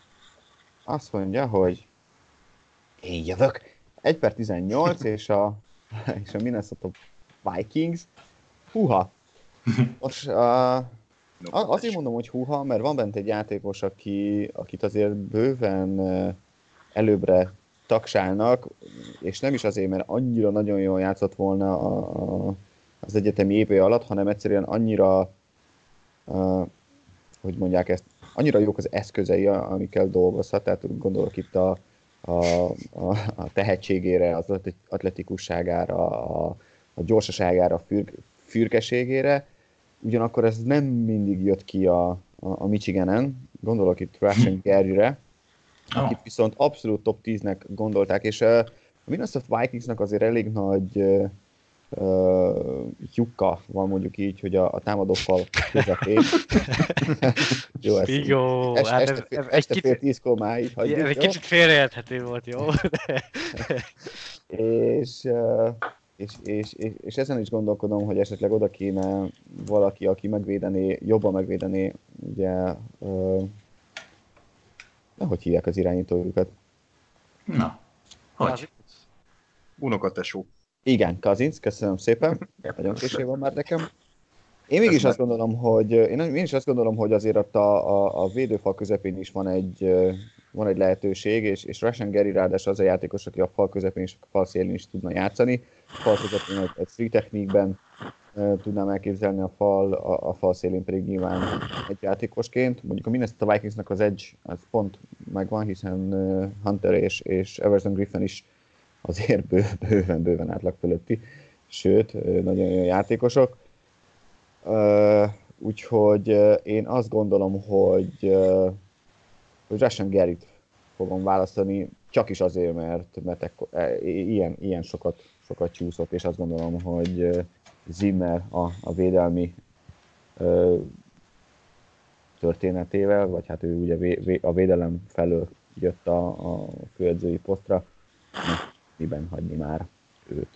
Azt mondja, hogy én jövök. egy per tizennyolc, és a, és a Minnesota Vikings. Húha. Most, uh, azért mondom, hogy húha, mert van bent egy játékos, aki, akit azért bőven uh, előbbre tagsálnak, és nem is azért, mert annyira nagyon jól játszott volna a, a, az egyetemi évő alatt, hanem egyszerűen annyira, uh, hogy mondják ezt, annyira jók az eszközei, amikkel dolgozhat, tehát gondolok itt a, a, a, a tehetségére, az atletikusságára, a, a gyorsaságára, a fürg, fürgeségére, ugyanakkor ez nem mindig jött ki a, a, a Michiganen, gondolok itt Rashan Garyre, akit viszont abszolút top tíznek gondolták, és a Minnesota Vikingsnak azért elég nagy uh, uh, lyukka van, mondjuk így, hogy a, a támadófal közepén. Jó, ez jó, est, hát este, ez, ez este egy fél kicsit, tízkor már így hagyjuk, ez egy jó? kicsit félreérthető volt, jó? De... és, uh, és, és, és, és ezen is gondolkodom, hogy esetleg oda kéne valaki, aki megvédené, jobban megvédené, ugye, uh, hogy hívják az irányítójukat? Na, hogy? Unokatesó. Igen, Cousins, köszönöm szépen. Nagyon késő van már nekem. Én mégis azt gondolom, hogy én, én is azt gondolom, hogy azért ott a, a, a védőfal közepén is van egy, van egy lehetőség, és, és Rashan Gary ráadásul az a játékos, aki a fal közepén és a fal szélén is tudna játszani. A fal közepén egy, egy free technikben uh, tudnám elképzelni a fal, a, a fal szélén pedig nyilván egy játékosként. Mondjuk a Minnesota Vikingsnak az edge az pont megvan, hiszen uh, Hunter és, és Everson Griffin is azért bő, bőven, bőven átlag fölötti, sőt, nagyon jó játékosok. Uh, úgyhogy uh, én azt gondolom, hogy, uh, hogy Rashan Garyt fogom választani, csak is azért, mert, mert ekko, e, ilyen, ilyen sokat, sokat csúszott, és azt gondolom, hogy uh, Zimmer a, a védelmi uh, történetével, vagy hát ő ugye vé, vé, a védelem felől jött a, a főedzői posztra, miben hagyni már őt.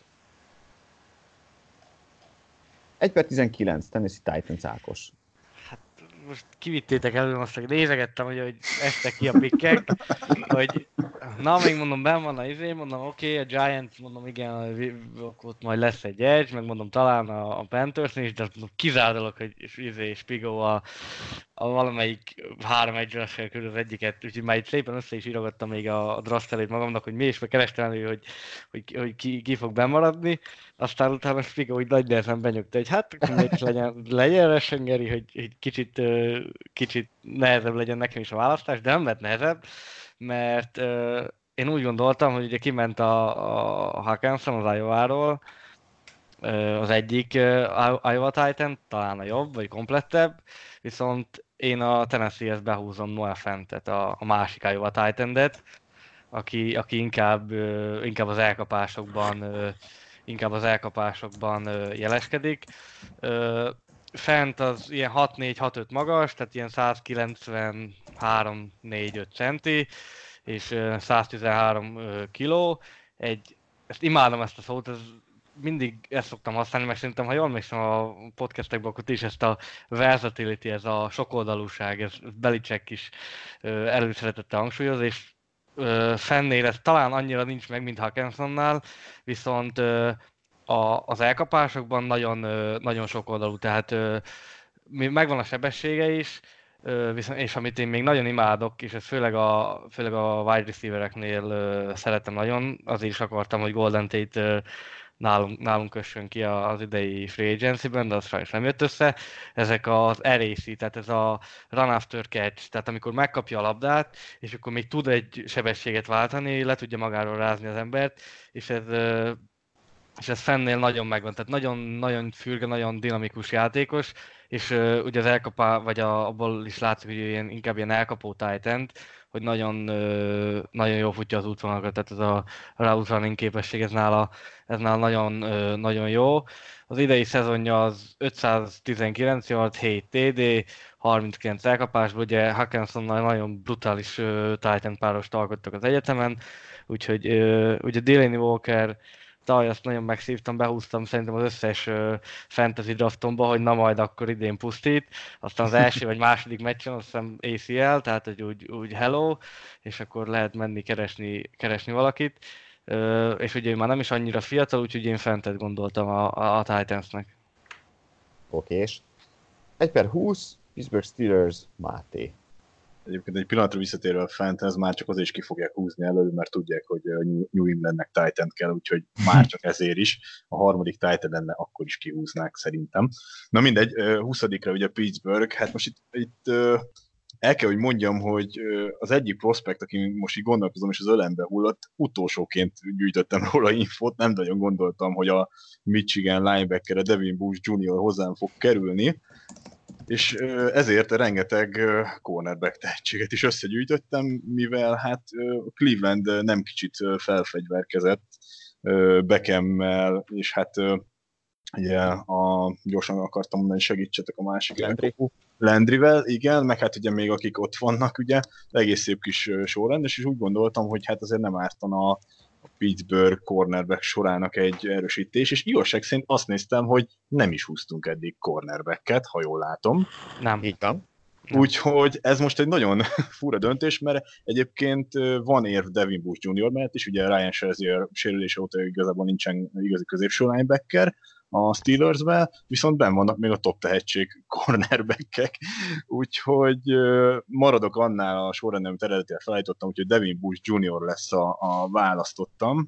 egy per tizenkilenc, Tennessee Titans Ákos. Hát most kivittétek elő, most nézegettem, hogy, hogy estek ki a pikkek, hogy na, még mondom, benn van a izé, mondom, oké, okay, a Giants, mondom, igen, ott majd lesz egy edge, meg mondom, talán a, a Panthers-nél is, de mondom, kizárdalok, hogy izé, Spigo a, a valamelyik három edge-re körül az egyiket, úgyhogy már itt szépen össze is írogattam még a, a draft előtt magamnak, hogy mi is, meg kerestem elő, hogy, hogy, hogy ki, ki fog bemaradni. Aztán utána Spigo úgy nagy nehezen benyögte, hogy hát mégis legyen, legyen Rashan Gary, hogy, hogy kicsit, kicsit nehezebb legyen nekem is a választás, de nem lett nehezebb, mert uh, én úgy gondoltam, hogy ugye kiment a, a Hawkinson az Iowa-ról, uh, az egyik uh, Iowa Titan, talán a jobb, vagy komplettebb, viszont én a Tennessee-hez behúzom Noah Fantet, a, a másik Iowa Titan-et, aki, aki inkább, uh, inkább az elkapásokban uh, inkább az elkapásokban uh, jeleskedik. Uh, fent az ilyen hat négy hat öt magas, tehát ilyen száz kilencvenhárom négy öt centi, és száz tizenhárom kiló. Egy, ezt imádom ezt a szót, ez mindig ezt szoktam használni, meg szerintem, ha jól emlékszem a podcastekben, akkor is ezt a versatility, ez a sokoldalúság, ez Belichick is előszeretette hangsúlyoz, és Fennél ez talán annyira nincs meg, mint Hackensonnál, viszont a, az elkapásokban nagyon, nagyon sokoldalú, tehát megvan a sebessége is, viszont, és amit én még nagyon imádok, és ez főleg a, főleg a wide receivereknél szeretem nagyon, azért is akartam, hogy Golden Tate nálunk, nálunk kössön ki az idei free agency-ben, de az sajnos nem jött össze. Ezek az R A C, tehát ez a run after catch, tehát amikor megkapja a labdát, és akkor még tud egy sebességet váltani, le tudja magáról rázni az embert, és ez, és ez Fennél nagyon megvan, tehát nagyon, nagyon fürge, nagyon dinamikus játékos, és ugye az elkapá, vagy a, abból is látszik, hogy ilyen, inkább ilyen elkapó tight end, hogy nagyon, nagyon jól futja az útvonalakat, tehát ez a route running képesség, ez nála, ez nála nagyon, nagyon jó. Az idei szezonja az ötszáztizenkilenc yard, hét té dé, harminckilenc elkapásból, ugye Hackensonnal nagyon brutális tight end párost alkottak az egyetemen, úgyhogy ugye Delaney Walker, tavaly azt nagyon megszívtam, behúztam szerintem az összes uh, fantasy draftomba, hogy na majd akkor idén pusztít. Aztán az első vagy második meccsen azt hiszem á cé el, tehát hogy úgy, úgy hello, és akkor lehet menni keresni, keresni valakit. Uh, és ugye ő már nem is annyira fiatal, úgyhogy én fentet gondoltam a, a, a Titansnek. Okés. egy per húsz, Pittsburgh Steelers, Máté. Egyébként egy pillanatra visszatérve a fent, ez már csak azért is ki fogják húzni elő, mert tudják, hogy New Englandnek Titan kell, úgyhogy már csak ezért is a harmadik Titan lenne, akkor is kihúznák szerintem. Na mindegy, huszadikra ugye Pittsburgh, hát most itt, itt el kell, hogy mondjam, hogy az egyik prospekt, aki most így gondolkozom, és az ölembe hullott, utolsóként gyűjtöttem róla infót, nem nagyon gondoltam, hogy a Michigan linebacker, a Devin Bush junior hozzám fog kerülni, és ezért rengeteg cornerback tehetséget is összegyűjtöttem, mivel hát Cleveland nem kicsit felfegyverkezett Beckham-mel, és hát ugye a, gyorsan akartam mondani, segítsetek a másik. Landry. Landryvel, igen, meg hát ugye még akik ott vannak, ugye egész szép kis sorrend, és úgy gondoltam, hogy hát azért nem ártana a Pittsburgh cornerback sorának egy erősítés, és igazság szerint azt néztem, hogy nem is húztunk eddig cornerbacket, ha jól látom. Nem. Így van. Úgyhogy ez most egy nagyon fura döntés, mert egyébként van érv Devin Bush junior mellett is, ugye Ryan Shazier sérülése óta igazából nincsen igazi középső linebacker a Steelersben, viszont benn vannak még a top tehetség cornerbackek, úgyhogy maradok annál a sorrendben, amit eredetileg felállítottam, úgyhogy Devin Bush junior lesz a, a választottam.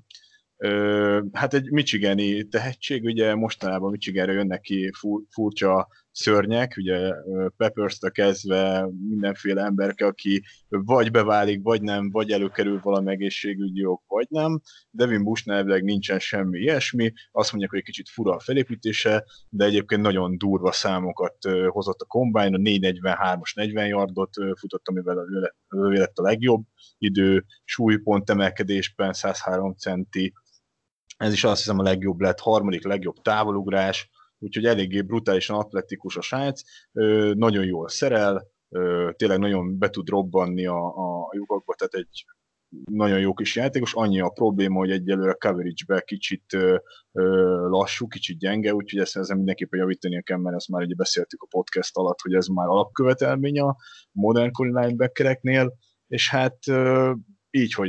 Hát egy michigani tehetség, ugye mostanában Michiganre jönnek ki furcsa szörnyek, ugye Peppers-től kezdve mindenféle emberke, aki vagy beválik, vagy nem, vagy előkerül valami egészségügyi ok, vagy nem. Devin Bush elvileg nincsen semmi ilyesmi, azt mondják, hogy egy kicsit fura a felépítése, de egyébként nagyon durva számokat hozott a Combine, a négy negyvenhármas negyven yardot futott, amivel ő lett a legjobb idő, súlypont emelkedésben száz három centi, ez is azt hiszem a legjobb lett, harmadik legjobb távolugrás, úgyhogy eléggé brutálisan atletikus a srác, nagyon jól szerel, tényleg nagyon be tud robbanni a, a lyukakba, tehát egy nagyon jó kis játékos, annyi a probléma, hogy egyelőre coverage-be kicsit ö, ö, lassú, kicsit gyenge, úgyhogy ezt ezen mindenképpen javítani kell, mert ezt már ugye beszéltük a podcast alatt, hogy ez már alapkövetelmény a modern linebackereknél, és hát ö, így, hogy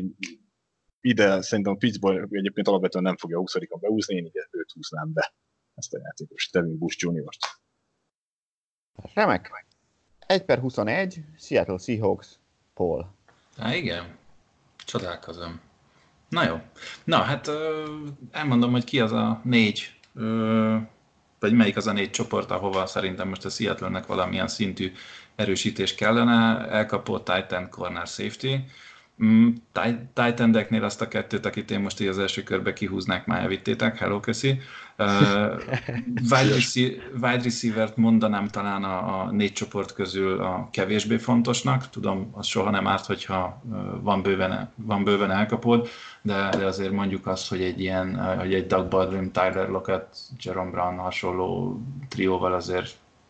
ide szerintem a Pittsburgh egyébként alapvetően nem fogja a huszadikon beúzni, én ide őt húznám be, ezt a játékos, Devin Bush junior-t. Remek. egy per huszonegy, Seattle Seahawks, Paul. Há, igen. Csodálkozom. Na jó. Na, hát elmondom, hogy ki az a négy, vagy melyik az a négy csoport, ahova szerintem most a Seattle-nek valamilyen szintű erősítés kellene. Elkapó, tight end, corner, safety. Tight endeknél azt a kettőt, akit én most így az első körbe kihúznák, már elvittétek, hello, köszi. Uh, wide, receiver, wide receiver-t mondanám talán a, a négy csoport közül a kevésbé fontosnak. Tudom, az soha nem árt, hogyha van bőven, van bőven elkapod, de, de azért mondjuk azt, hogy egy ilyen, hogy egy Doug Baldwin, Tyler Lockett, Jerome Brown hasonló trióval azért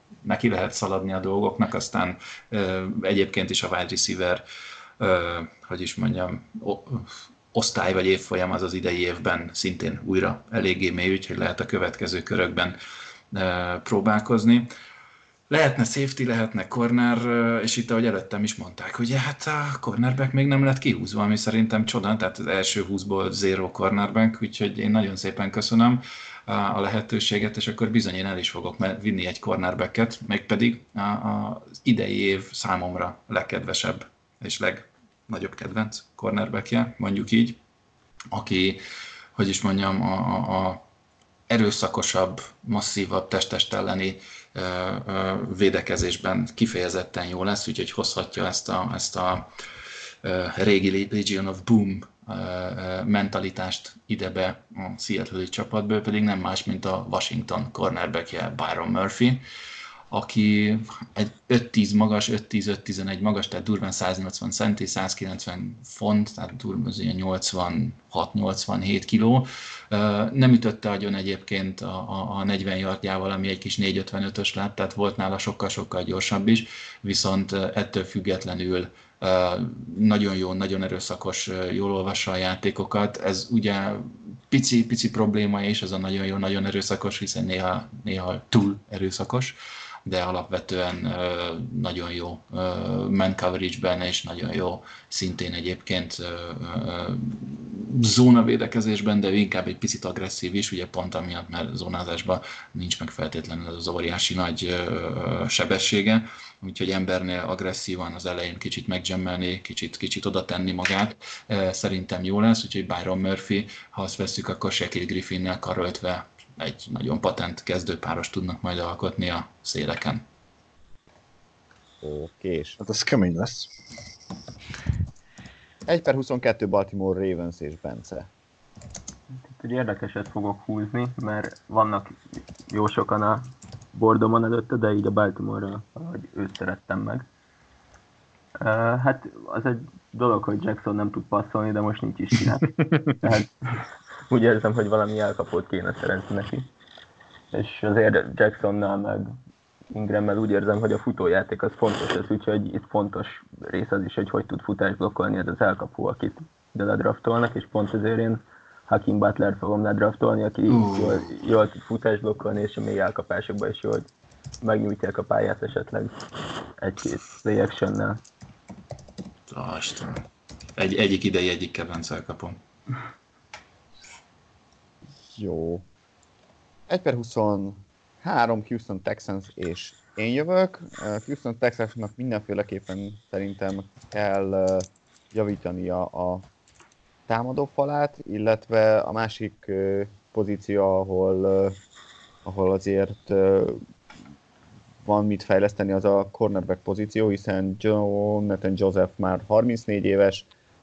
neki lehet szaladni a dolgoknak, aztán egyébként is a wide receiver, hogy is mondjam, osztály vagy évfolyam az az idei évben szintén újra eléggé mély, úgyhogy lehet a következő körökben próbálkozni. Lehetne safety, lehetne corner, és itt ahogy előttem is mondták, hogy hát a cornerback még nem lett kihúzva, ami szerintem csoda, tehát az első húszból zero cornerback, úgyhogy én nagyon szépen köszönöm a lehetőséget, és akkor bizony én el is fogok vinni egy cornerbacket, mégpedig az idei év számomra legkedvesebb és legnagyobb kedvenc cornerbackje, mondjuk így, aki, hogy is mondjam, a, a, a erőszakosabb, masszívabb testest elleni ö, ö, védekezésben kifejezetten jó lesz, úgyhogy hozhatja ezt a, ezt a ö, régi Legion of Boom ö, ö, mentalitást idebe a Seattle-i csapatból, pedig nem más, mint a Washington cornerbackje Byron Murphy, aki egy öt tíz magas, öt tíz öt tizenegy magas, tehát durván száznyolcvan centi, százkilencven font, tehát durván nyolcvanhat nyolcvanhét kiló. Nem ütötte agyon egyébként a, a, a negyven yardjával, ami egy kis négy ötvenötös lett, tehát volt nála sokkal-sokkal gyorsabb is, viszont ettől függetlenül nagyon jó, nagyon erőszakos, jól olvassa a játékokat. Ez ugye pici, pici probléma is, ez a nagyon jó, nagyon erőszakos, hiszen néha, néha túl erőszakos, de alapvetően nagyon jó man coverage-ben, és nagyon jó szintén egyébként zónavédekezésben, de inkább egy picit agresszív is, ugye pont amiatt, mert zónázásban nincs meg feltétlenül az óriási nagy sebessége, úgyhogy embernél agresszívan az elején kicsit meggemmelni, kicsit, kicsit oda tenni magát, szerintem jó lesz, úgyhogy Byron Murphy, ha azt veszük, akkor Shaquille Griffinnel karöltve egy nagyon patent kezdőpáros tudnak majd alkotni a széleken. Okés. Hát ez kemény lesz. egy per huszonkettő Baltimore Ravens és Bence. Itt egy érdekeset fogok húzni, mert vannak jó sokan a bordomon előtte, de így a Baltimore-ra, ahogy őt szerettem meg. Uh, hát az egy dolog, hogy Jackson nem tud passzolni, de most nincs is csinál. Tehát úgy érzem, hogy valami elkapót kéne szerezni neki. És azért Jacksonnal meg Ingrammel úgy érzem, hogy a futójáték az fontos lesz, úgyhogy itt fontos rész az is, hogy hogy tud futást blokkolni ez az elkapó, akit ide ledraftolnak, és pont ezért én Hakeem Butlert fogom ledraftolni, aki uh. jól, jól tud futást blokkolni, és a mély elkapásokban is jól megnyújtják a pályát esetleg egy-két play action-nel. Egy, egyik idei, egyik kedvenc elkapom. Jó. egy per huszonhárom Houston Texans és én jövök. Houston Texansnak mindenféleképpen szerintem kell javítania a támadó falát, illetve a másik pozíció, ahol, ahol azért van mit fejleszteni, az a cornerback pozíció, hiszen Jonathan Joseph már harmincnégy éves,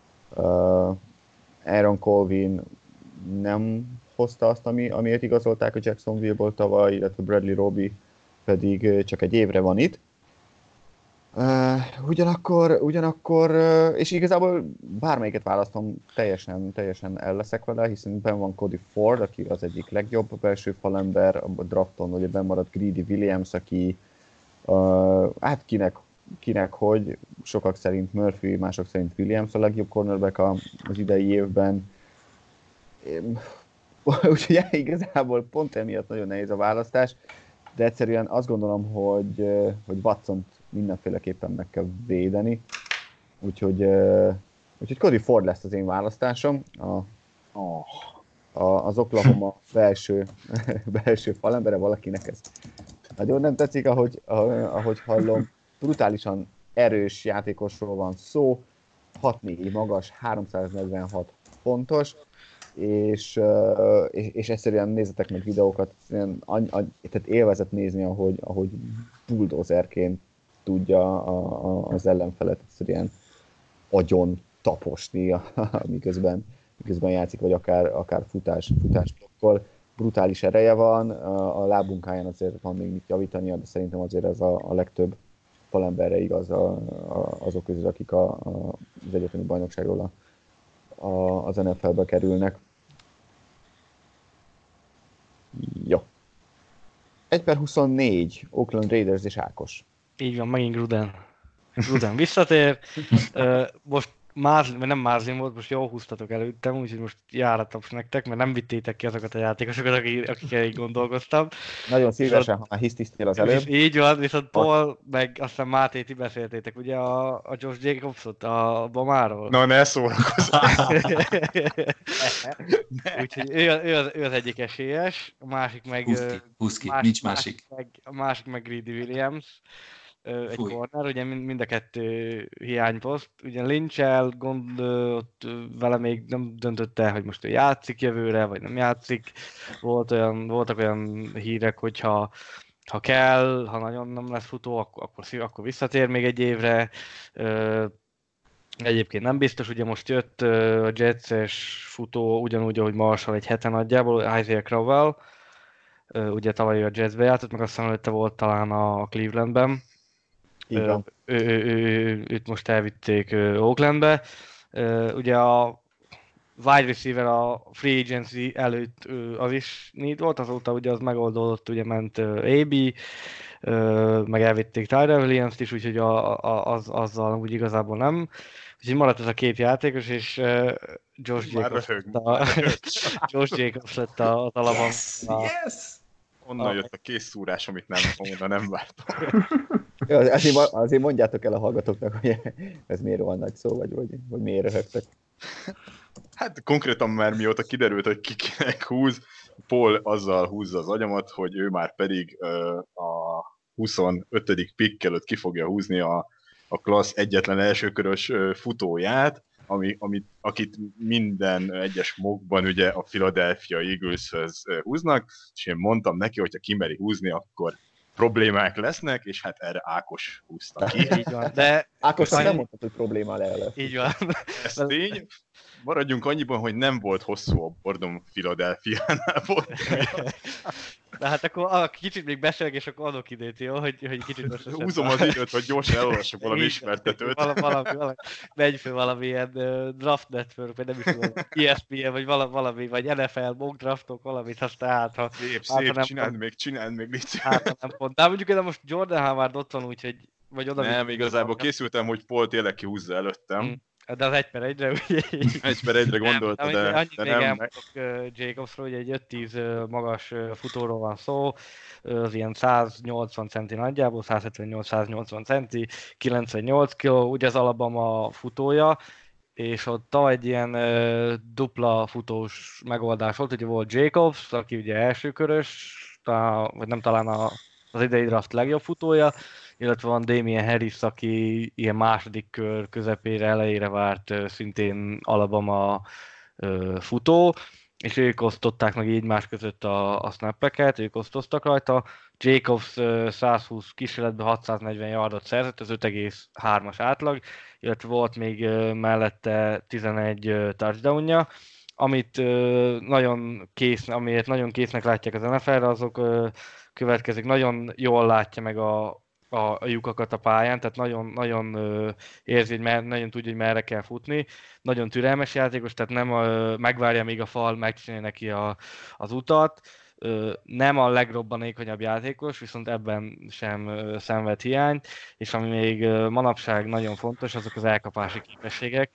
Aaron Colvin nem hozta azt, ami, amiért igazolták a Jacksonville-ból tavaly, illetve Bradley Roby pedig csak egy évre van itt. Uh, ugyanakkor, ugyanakkor, uh, és igazából bármelyiket választom, teljesen, teljesen el leszek vele, hiszen benn van Cody Ford, aki az egyik legjobb belső falember, a drafton ugye benn maradt Greedy Williams, aki uh, hát kinek, kinek hogy, sokak szerint Murphy, mások szerint Williams a legjobb cornerback az idei évben. Úgyhogy igazából pont emiatt nagyon nehéz a választás, de egyszerűen azt gondolom, hogy, hogy Watsont mindenféleképpen meg kell védeni. Úgyhogy, úgyhogy Cody Ford lesz az én választásom. A, a, az Oklahoma belső, belső falembere, valakinek ez nagyon nem tetszik, ahogy, ahogy hallom. Brutálisan erős játékosról van szó, hat négy magas, háromszáznegyvenhat fontos, és, és, és egyszerűen nézzetek meg videókat, egyszerűen, tehát élvezet nézni, ahogy, ahogy bulldozerként tudja a, a, az ellenfelet egyszerűen agyon taposni, miközben, miközben játszik, vagy akár, akár futás, futás blokkol. Brutális ereje van, a lábunkáján azért van még mit javítania, de szerintem azért ez a, a legtöbb falemberre igaz a, a, azok közül, akik a, a, az egyetemi bajnokságról a, a, az en ef el-be kerülnek. Jó. egy per huszonnégy, Oakland Raiders és Ákos. Így van, megint Gruden. Gruden visszatér. Uh, most Mázlin, vagy nem Mázlin volt, most jól húztatok előttem, úgyhogy most jár a taps nektek, mert nem vittétek ki azokat a játékosokat, akikkel így gondolkoztam. Nagyon szívesen, ha már hisztisztél az előbb. Így van, viszont Paul, meg aztán Máté, ti beszéltétek, ugye a, a Josh Jacobsot, a Bomáról. Na, ne szórakozzál! Úgyhogy ő, ő, az, ő az egyik esélyes, a másik meg... Húsz ki, húsz ki, más, nincs másik. Meg, a másik meg Greedy Williams, egy Fúj. corner, ugye mind, mind a kettő hiányposzt. Ugye Lynch-el gond, ott vele még nem döntött el, hogy most ő játszik jövőre, vagy nem játszik. Volt olyan, voltak olyan hírek, hogyha ha kell, ha nagyon nem lesz futó, akkor, akkor, akkor visszatér még egy évre. Egyébként nem biztos, ugye most jött a Jetses futó ugyanúgy, ahogy Marshall egy heten nagyjából, Isaiah Crowell. Ugye tavaly a Jetsbe játszott, meg aztán előtte volt talán a Clevelandben. Ő, ő, ő, ő, őt most elvitték Oaklandbe. Ugye a wide receiver a free agency előtt az is need volt, azóta ugye az megoldódott, ugye ment á bé, meg elvitték Tyrell Williams-t is, úgyhogy a, a, az, azzal úgy igazából nem. Úgyhogy maradt ez a két játékos, és Josh Jacobs lett a, Josh Jacobs lett az alapon. Yes! Yes! Onnan jött a kész szúrás, amit nem, onnan nem vártam. Ja, azért, azért mondjátok el a hallgatóknak, hogy ez miért van nagy szó, vagy, vagy, vagy miért röhögtek. Hát konkrétan már mióta kiderült, hogy ki kinek húz, Paul azzal húzza az agyamat, hogy ő már pedig uh, a huszonötödik pick előtt ki fogja húzni a, a klassz egyetlen elsőkörös uh, futóját, ami, amit, akit minden egyes mockban ugye a Philadelphia Eagleshöz uh, húznak, és én mondtam neki, hogyha kimeri húzni, akkor problémák lesznek, és hát erre Ákos húzta ki. Így van, de... Ákos nem mondtad, hogy probléma lesz. Így van. Ez tény. Maradjunk annyiban, hogy nem volt hosszú a bordom Philadelphia-nál volt. De hát akkor a kicsit még beszélg, és akkor adok időt, jó? Hogy, hogy kicsit most... Húzom az időt, hogy gyorsan elolvassuk valami ismertetőt. Valami, valami, valami, megy fel valamilyen uh, draft network, vagy nem is tudom, E S P N, vagy valami, valami, vagy N F L, mock draftok, valamit, aztán hát, ha... Szép, hát, szép, nem csináld pont, még, csináld még, légy hát, nem pont. De mondjuk, de most Jordan Howard ott van, úgyhogy... Vagy oda nem, igazából készültem, hogy Paul tényleg kihúzza előttem. Hmm. De az egy per egyre, ugye? Egy per egyre gondolta, de, annyit de még nem. elmondok uh, Jacobsról, hogy egy öt tíz uh, magas uh, futóról van szó, uh, az ilyen száznyolcvan centi nagyjából, százhetvennyolc száznyolcvan centi, kilencvennyolc kiló, ugye az Alabama futója, és ott tavaly egy ilyen uh, dupla futós megoldás volt, ugye volt Jacobs, aki ugye elsőkörös, talán, vagy nem talán a, az idei draft legjobb futója, illetve van Damien Harris, aki ilyen második kör közepére, elejére várt szintén Alabama futó, és ők osztották meg így más között a, a snappeket, ők osztoztak rajta. Jacobs százhúsz kísérletben hatszáznegyven yardot szerzett, az öt egész hármas átlag, illetve volt még mellette tizenegy touchdownja, amit nagyon kész, amiért nagyon késznek látják az N F L-re, azok következik, nagyon jól látja meg a a lyukakat a pályán, tehát nagyon, nagyon ö, érzi, hogy mer, nagyon tudja, hogy merre kell futni. Nagyon türelmes játékos, tehát nem ö, megvárja, míg a fal megcsinálja neki a, az utat. Ö, nem a legrobbanékonyabb játékos, viszont ebben sem ö, szenved hiányt, és ami még ö, manapság nagyon fontos, azok az elkapási képességek.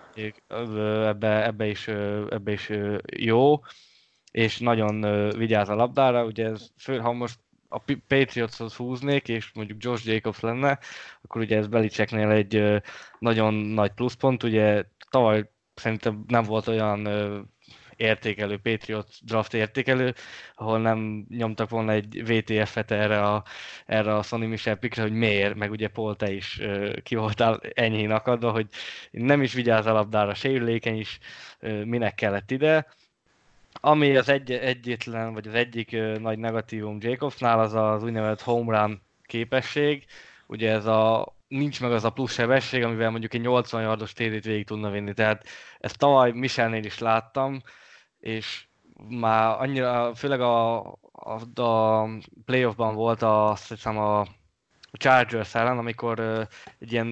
Ö, ebbe, ebbe is, ö, ebbe is ö, jó, és nagyon ö, vigyáz a labdára. Ugye ez, fő, ha most a Patriotshoz húznék, és mondjuk Josh Jacobs lenne, akkor ugye ez Belichicknél egy ö, nagyon nagy pluszpont. Ugye tavaly szerintem nem volt olyan ö, értékelő, Patriots draft értékelő, ahol nem nyomtak volna egy vé té ef-et erre a, erre a Sonny Michel pickre, hogy miért, meg ugye Paul, te is ö, ki voltál enyhén akadva, hogy nem is vigyáz a labdára, sérülékeny is, ö, minek kellett ide. Ami az egy, egyetlen, vagy az egyik ö, nagy negatívum Jacobsnál, az az úgynevezett home run képesség. Ugye ez a, nincs meg az a plusz sebesség, amivel mondjuk egy nyolcvan yardos té dét végig tudna vinni. Tehát ezt tavaly Michelnél is láttam, és már annyira, főleg a, a, a playoffban volt a, azt hiszem a, a Chargers ellen, amikor ö, egy ilyen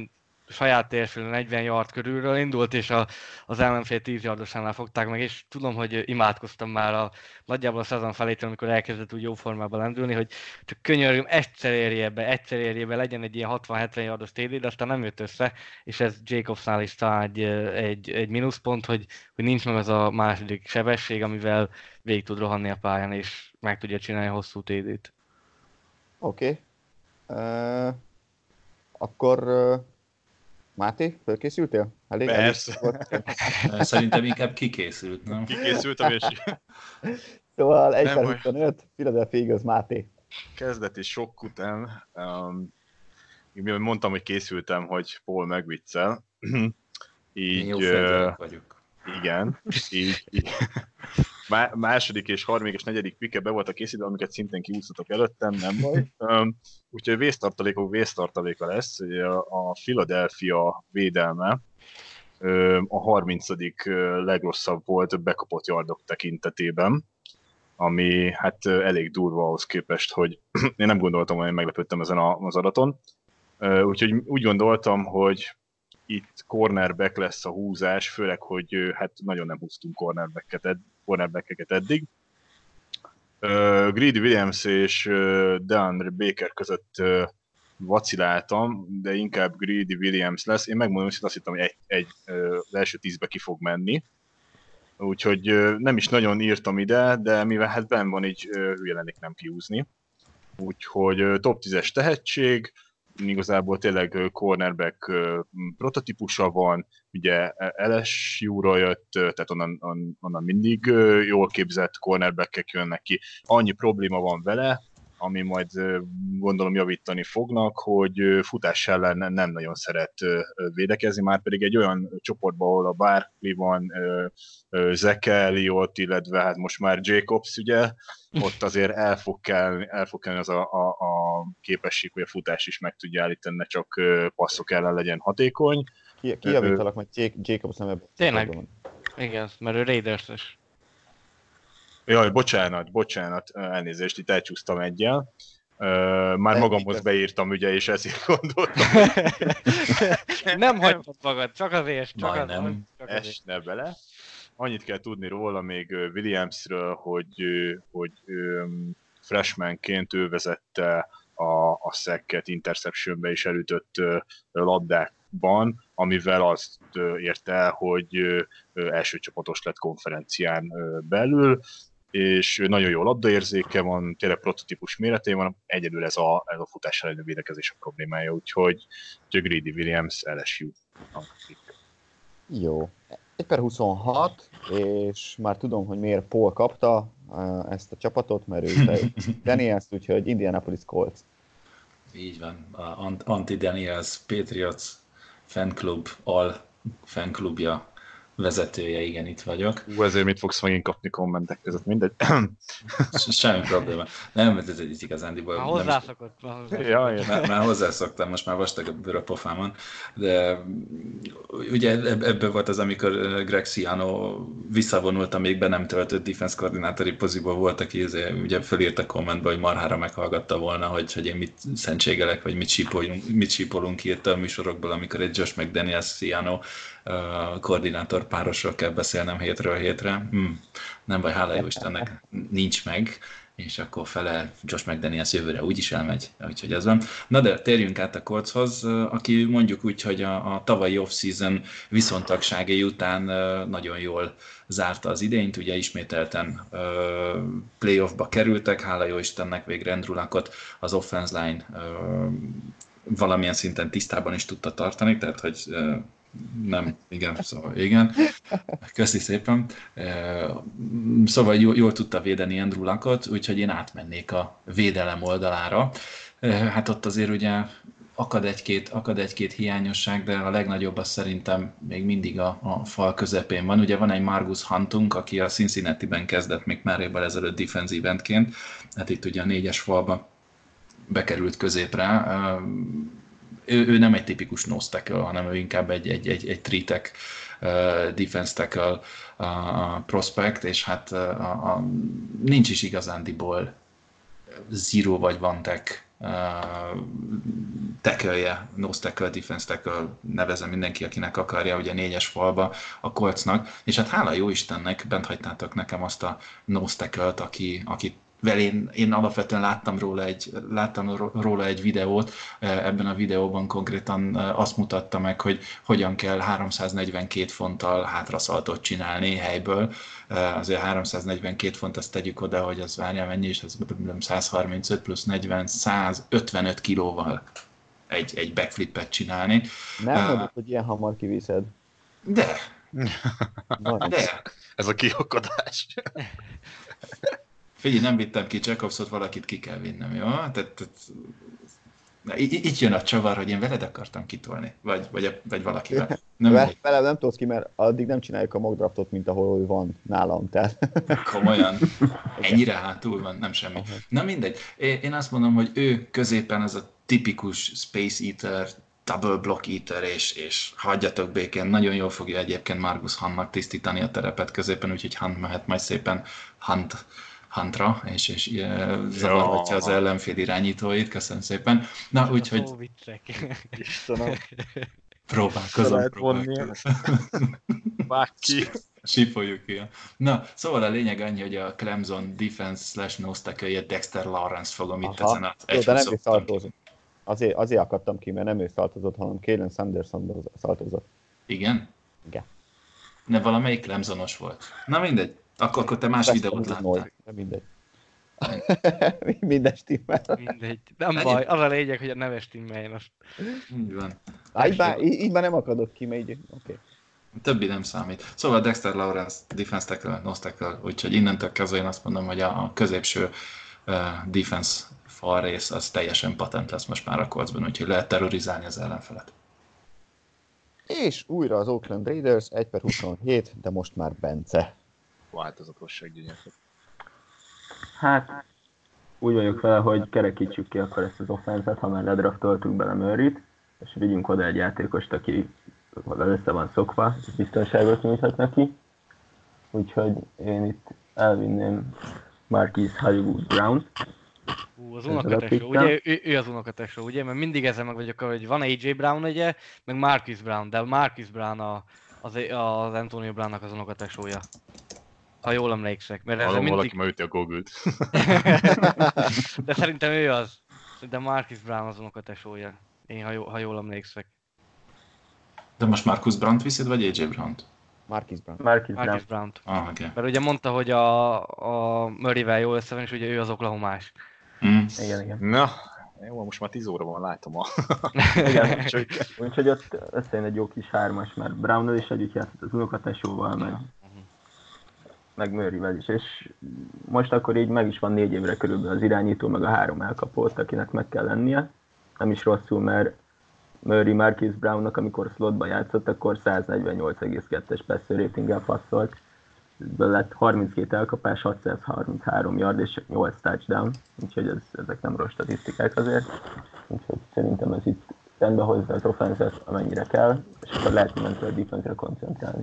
saját térfélön negyven yard körülről indult, és a, az ellenfél tíz yardosánál fogták meg, és tudom, hogy imádkoztam már a nagyjából a szezon felétől, amikor elkezdett úgy jó formában lendülni, hogy csak könyörgöm, egyszer érje be, egyszer érje be, legyen egy ilyen hatvan-hetven yardos té dé, de aztán nem jött össze, és ez Jacobsnál is talán egy, egy, egy mínuszpont, hogy, hogy nincs meg az a második sebesség, amivel végig tud rohanni a pályán, és meg tudja csinálni a hosszú té dét. Oké. Okay. Uh, akkor uh, Máté, fölkészültél? Elég, Persze. elég Szerintem inkább kikészült, nem? Kikészültem, és szóval egy Nem per baj. huszonöt, Philadelphia Eagles, Máté. kezdeti sok után, um, mivel mondtam, hogy készültem, hogy Paul megviccel, így, Jó uh, fegyverek vagyok. igen, így, így má, második és harmadik és negyedik pike be voltak készítve, amiket szintén kiúsztatok előttem, nem baj. Um, úgyhogy vésztartalékok vésztartaléka lesz, ugye a, a Philadelphia védelme um, a harmincadik legrosszabb volt bekapott yardok tekintetében, ami hát elég durva ahhoz képest, hogy én nem gondoltam, hogy én meglepődtem ezen az adaton. Úgyhogy úgy gondoltam, hogy itt cornerback lesz a húzás, főleg, hogy hát nagyon nem húztunk cornerbacket ed- cornerbackeket eddig. Greedy Williams és DeAndre Baker között vaciláltam, de inkább Greedy Williams lesz. Én megmondom, hogy azt hittem, hogy egy, egy, az első tízbe ki fog menni. Úgyhogy nem is nagyon írtam ide, de mivel hát benn van, így hülye lennék nem kiúzni. Úgyhogy top tízes tehetség, igazából tényleg cornerback prototípusa van, ugye el es u-ról jött, tehát onnan, onnan mindig jól képzett cornerbackek jönnek ki. Annyi probléma van vele, ami majd gondolom javítani fognak, hogy futás ellen nem nagyon szeret védekezni, már pedig egy olyan csoportban, ahol a Barkley van, Zach Elliott, illetve hát most már Jacobs, ugye, ott azért el fog kelni, el fog kelni az a, a, a képesség, hogy a futás is meg tudja állítani, ne csak passzok ellen legyen hatékony. Ki, kijavítalak, majd Jacobs nem ebben. Tényleg? Igen, mert ő Raiders-es. Jaj, bocsánat, bocsánat, elnézést, itt elcsúsztam egyel. Már De magamhoz beírtam, ugye, és ezért gondoltam. Nem hagytad magad, csak azért, csak Majdnem. azért. Csak azért. Esne bele. Annyit kell tudni róla még Williamsről, hogy, hogy freshmanként ő vezette a, a sacket interceptionbe is elütött labdákban, amivel azt érte el, hogy első csapatos lett konferencián belül, és nagyon jó labdaérzéke van, tényleg prototípus méretén van, egyedül ez a, ez a futás elleni védekezés a problémája, úgyhogy Greedy Williams el es u. Jó. egy per huszonhat, és már tudom, hogy miért Paul kapta ezt a csapatot, mert ő Daniels, úgyhogy Indianapolis Colts. Így van. A Anti-Daniels Patriots fanclub, all fanklubja vezetője, igen, itt vagyok. Hú, ezért mit fogsz megint kapni kommentek között, mindegy. Semmi probléma. Nem, ez egy igazándiból... Már hozzászokott. Már hozzászokott. Ja, ja. Már, már hozzászoktam, most már vastag a bőr a pofámon, de ugye ebből volt az, amikor Greg Schiano visszavonult a még be nem töltött defense koordinátori poziból volt, aki ugye fölírta kommentbe, hogy marhára meghallgatta volna, hogy, hogy én mit szentségelek, vagy mit sípolunk, mit sípolunk itt a műsorokból, amikor egy Josh McDaniels Schiano Uh, koordinátor párosról kell beszélnem hétről hétre. Hmm, nem baj, hála jó Istennek nincs meg, és akkor fele Josh McDaniels jövőre úgyis elmegy, úgyhogy ez van. Na de térjünk át a Coltshoz, aki mondjuk úgy, hogy a, a tavalyi off-season viszontagságai után uh, nagyon jól zárta az idényt, ugye ismételten uh, playoffba kerültek, hála jó Istennek végre Andrew Luckot az offense line uh, valamilyen szinten tisztában is tudta tartani, tehát hogy uh, nem, igen, szóval igen. Köszi szépen. Szóval jól, jól tudta védeni Andrew Luckot, úgyhogy én átmennék a védelem oldalára. Hát ott azért ugye akad egy-két, akad egy-két hiányosság, de a legnagyobb az szerintem még mindig a, a fal közepén van. Ugye van egy Margus Huntunk, aki a Cincinnati-ben kezdett még pár évvel ezelőtt defensive endként, hát itt ugye a négyes falba bekerült középre. Ő, ő nem egy tipikus nose tackle, hanem ő inkább egy, egy, egy, egy three-tech uh, defense tackle uh, prospect, és hát uh, a, a, nincs is igazándiból zero vagy one tech uh, tackle-je, nose tackle, defense tackle, nevezem mindenki, akinek akarja, ugye négyes falba a Coltsnak, és hát hála jó Istennek bent hagytátok nekem azt a nose tackle-t, aki, aki Vel én, én alapvetően láttam róla, egy, láttam róla egy videót, ebben a videóban konkrétan azt mutatta meg, hogy hogyan kell háromszáznegyvenkét fonttal hátraszaltot csinálni helyből. Azért háromszáznegyvenkét font, azt tegyük oda, hogy az várjál mennyi is, ez százharmincöt plusz negyven, százötvenöt kilóval egy, egy backflippet csinálni. Nem mondod, uh, hogy ilyen hamar kiviszed. De. De. Ez a kiakadás. Figyelj, nem vittem ki Jacobsot, valakit ki kell vinnem, jó? Tehát, tehát, itt jön a csavar, hogy én veled akartam kitolni, vagy, vagy, vagy valakivel. Nem velem nem tudsz ki, mert addig nem csináljuk a mock draftot, mint ahol ő van nálam. Tehát. Komolyan? Ennyire hátul van? Nem semmi. Na mindegy. Én azt mondom, hogy ő középen az a tipikus Space Eater, double block eater, és, és hagyjatok békén. Nagyon jól fogja egyébként Margus Huntnak tisztítani a terepet középen, úgyhogy Hunt mehet majd szépen Hunt Huntra, és, és uh, zavarhatja az ellenfél irányítóit. Köszönöm szépen. Na, úgyhogy... Ó, viccek. Istenem. Próbálkozom, próbálkozom. Vágj ki. Sípoljuk ki. Na, szóval a lényeg annyi, hogy a Clemson defense slash nose tackle-je Dexter Lawrence fogom itt ezen a egy de nem ő szaltozott. Azért, azért akadtam ki, mert nem ő szaltozott, hanem Kalen Sanderson szaltozott. Igen? Igen. Ne, valamelyik Clemsonos volt. Na mindegy. Akkor, akkor te más Persze, videót láttál. Nem mindegy. Minden stimmel. Mindegy. Nem Ennyi? Baj, az a lényeg, hogy a neves stimmeljen most. Így van. Á, így, már, így már nem akadok ki, mert így... Oké. Okay. Többi nem számít. Szóval Dexter Lawrence, defense tackle, nose tackle, úgyhogy innentől kezdve én azt mondom, hogy a középső uh, defense fal rész az teljesen patent lesz most már a Coltsban, úgyhogy lehet terrorizálni az ellenfelet. És újra az Oakland Raiders, egy per huszonhét, de most már Bence. Változatosság gyönyörű. Hát, úgy vagyok vele, hogy kerekítsük ki akkor ezt az offenzet, ha már ledraftoltuk bele Murrayt, és vigyünk oda egy játékost, aki össze van szokva, és biztonságot nyújthat neki. Úgyhogy én itt elvinném Marquise Hollywood Brown. Ú, az unokatesó, ugye? Ő, ő az unokatesó, ugye? Mert mindig ezzel meg vagyok, hogy van á jé Brown, ugye? Meg Marquise Brown, de Marquise Brown a, az, az Antonio Brownnak az unokatesója. Ha jól emlékszek. Mert Hallom, mindig... valaki ma üti a Google-t. De szerintem ő az. De Marquise Brown az unokatesója. Én, ha, jól, ha jól emlékszek. De most Marcus Brown-t viszed, vagy á jé Brown-t? Marquise Brown. Marquise Marquise Brown. Brown-t. Ah, okay. Mert ugye mondta, hogy a, a Murrayvel jól össze van, és ugye ő az Oklahomás. Mm. Igen, igen. Na, jó, most már tíz óra van, látom a... Igen, úgyhogy ott összejön egy jó kis hármas, mert Brown-nal is együtt játszott az unokatesóval, meg, meg Murrayvel is, és most akkor így meg is van négy évre körülbelül az irányító, meg a három elkapott, akinek meg kell lennie. Nem is rosszul, mert Murray Marquise Brownnak, amikor slotba játszott, akkor száznegyvennyolc egész kettes passer ratinggel passzolt. Ebből lett harminckét elkapás, hatszázharminchárom yard és nyolc touchdown, úgyhogy ez, ezek nem rossz statisztikák azért. Úgyhogy szerintem ez itt rendbe hozza az offenzet, amennyire kell, és akkor lehet innentől a defense-re koncentrálni.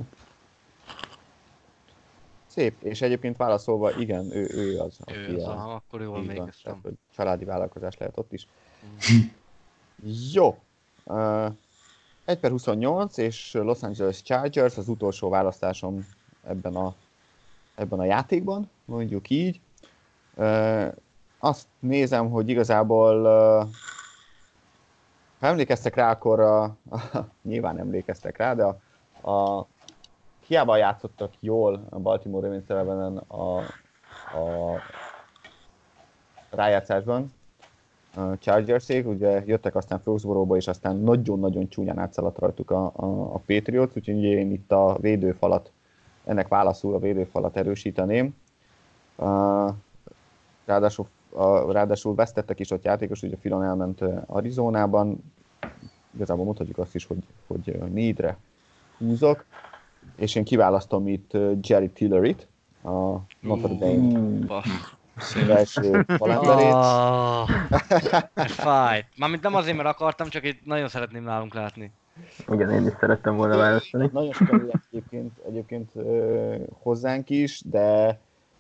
Szép, és egyébként válaszolva, igen, ő, ő az, ő aki az, a... aha, akkor jól emlékeztem. Családi vállalkozás lehet ott is. Mm. Jó. Uh, egy per huszonnyolc, és Los Angeles Chargers az utolsó választásom ebben a, ebben a játékban, mondjuk így. Uh, azt nézem, hogy igazából, uh, ha emlékeztek rá, akkor uh, nyilván emlékeztek rá, de a, a hiába játszottak jól a Baltimore Ravens ellen a, a rájátszásban, a Chargersék, ugye jöttek aztán Foxborough-ba, és aztán nagyon-nagyon csúnyán átszaladt rajtuk a, a, a Patriots, úgyhogy én itt a védőfalat, ennek válaszul a védőfalat erősíteném. Uh, ráadásul, uh, ráadásul vesztettek is ott játékos, ugye Filon elment Arizonában, igazából mondhatjuk azt is, hogy, hogy need-re húzok, és én kiválasztom itt Jerry Tilleryt, a Notre Dame első kalenderét. Oh, fájt. Mármint nem azért, mert akartam, csak itt nagyon szeretném nálunk látni. Igen, én is szerettem volna választani. Nagyon sokan egyébként, egyébként uh, hozzánk is, de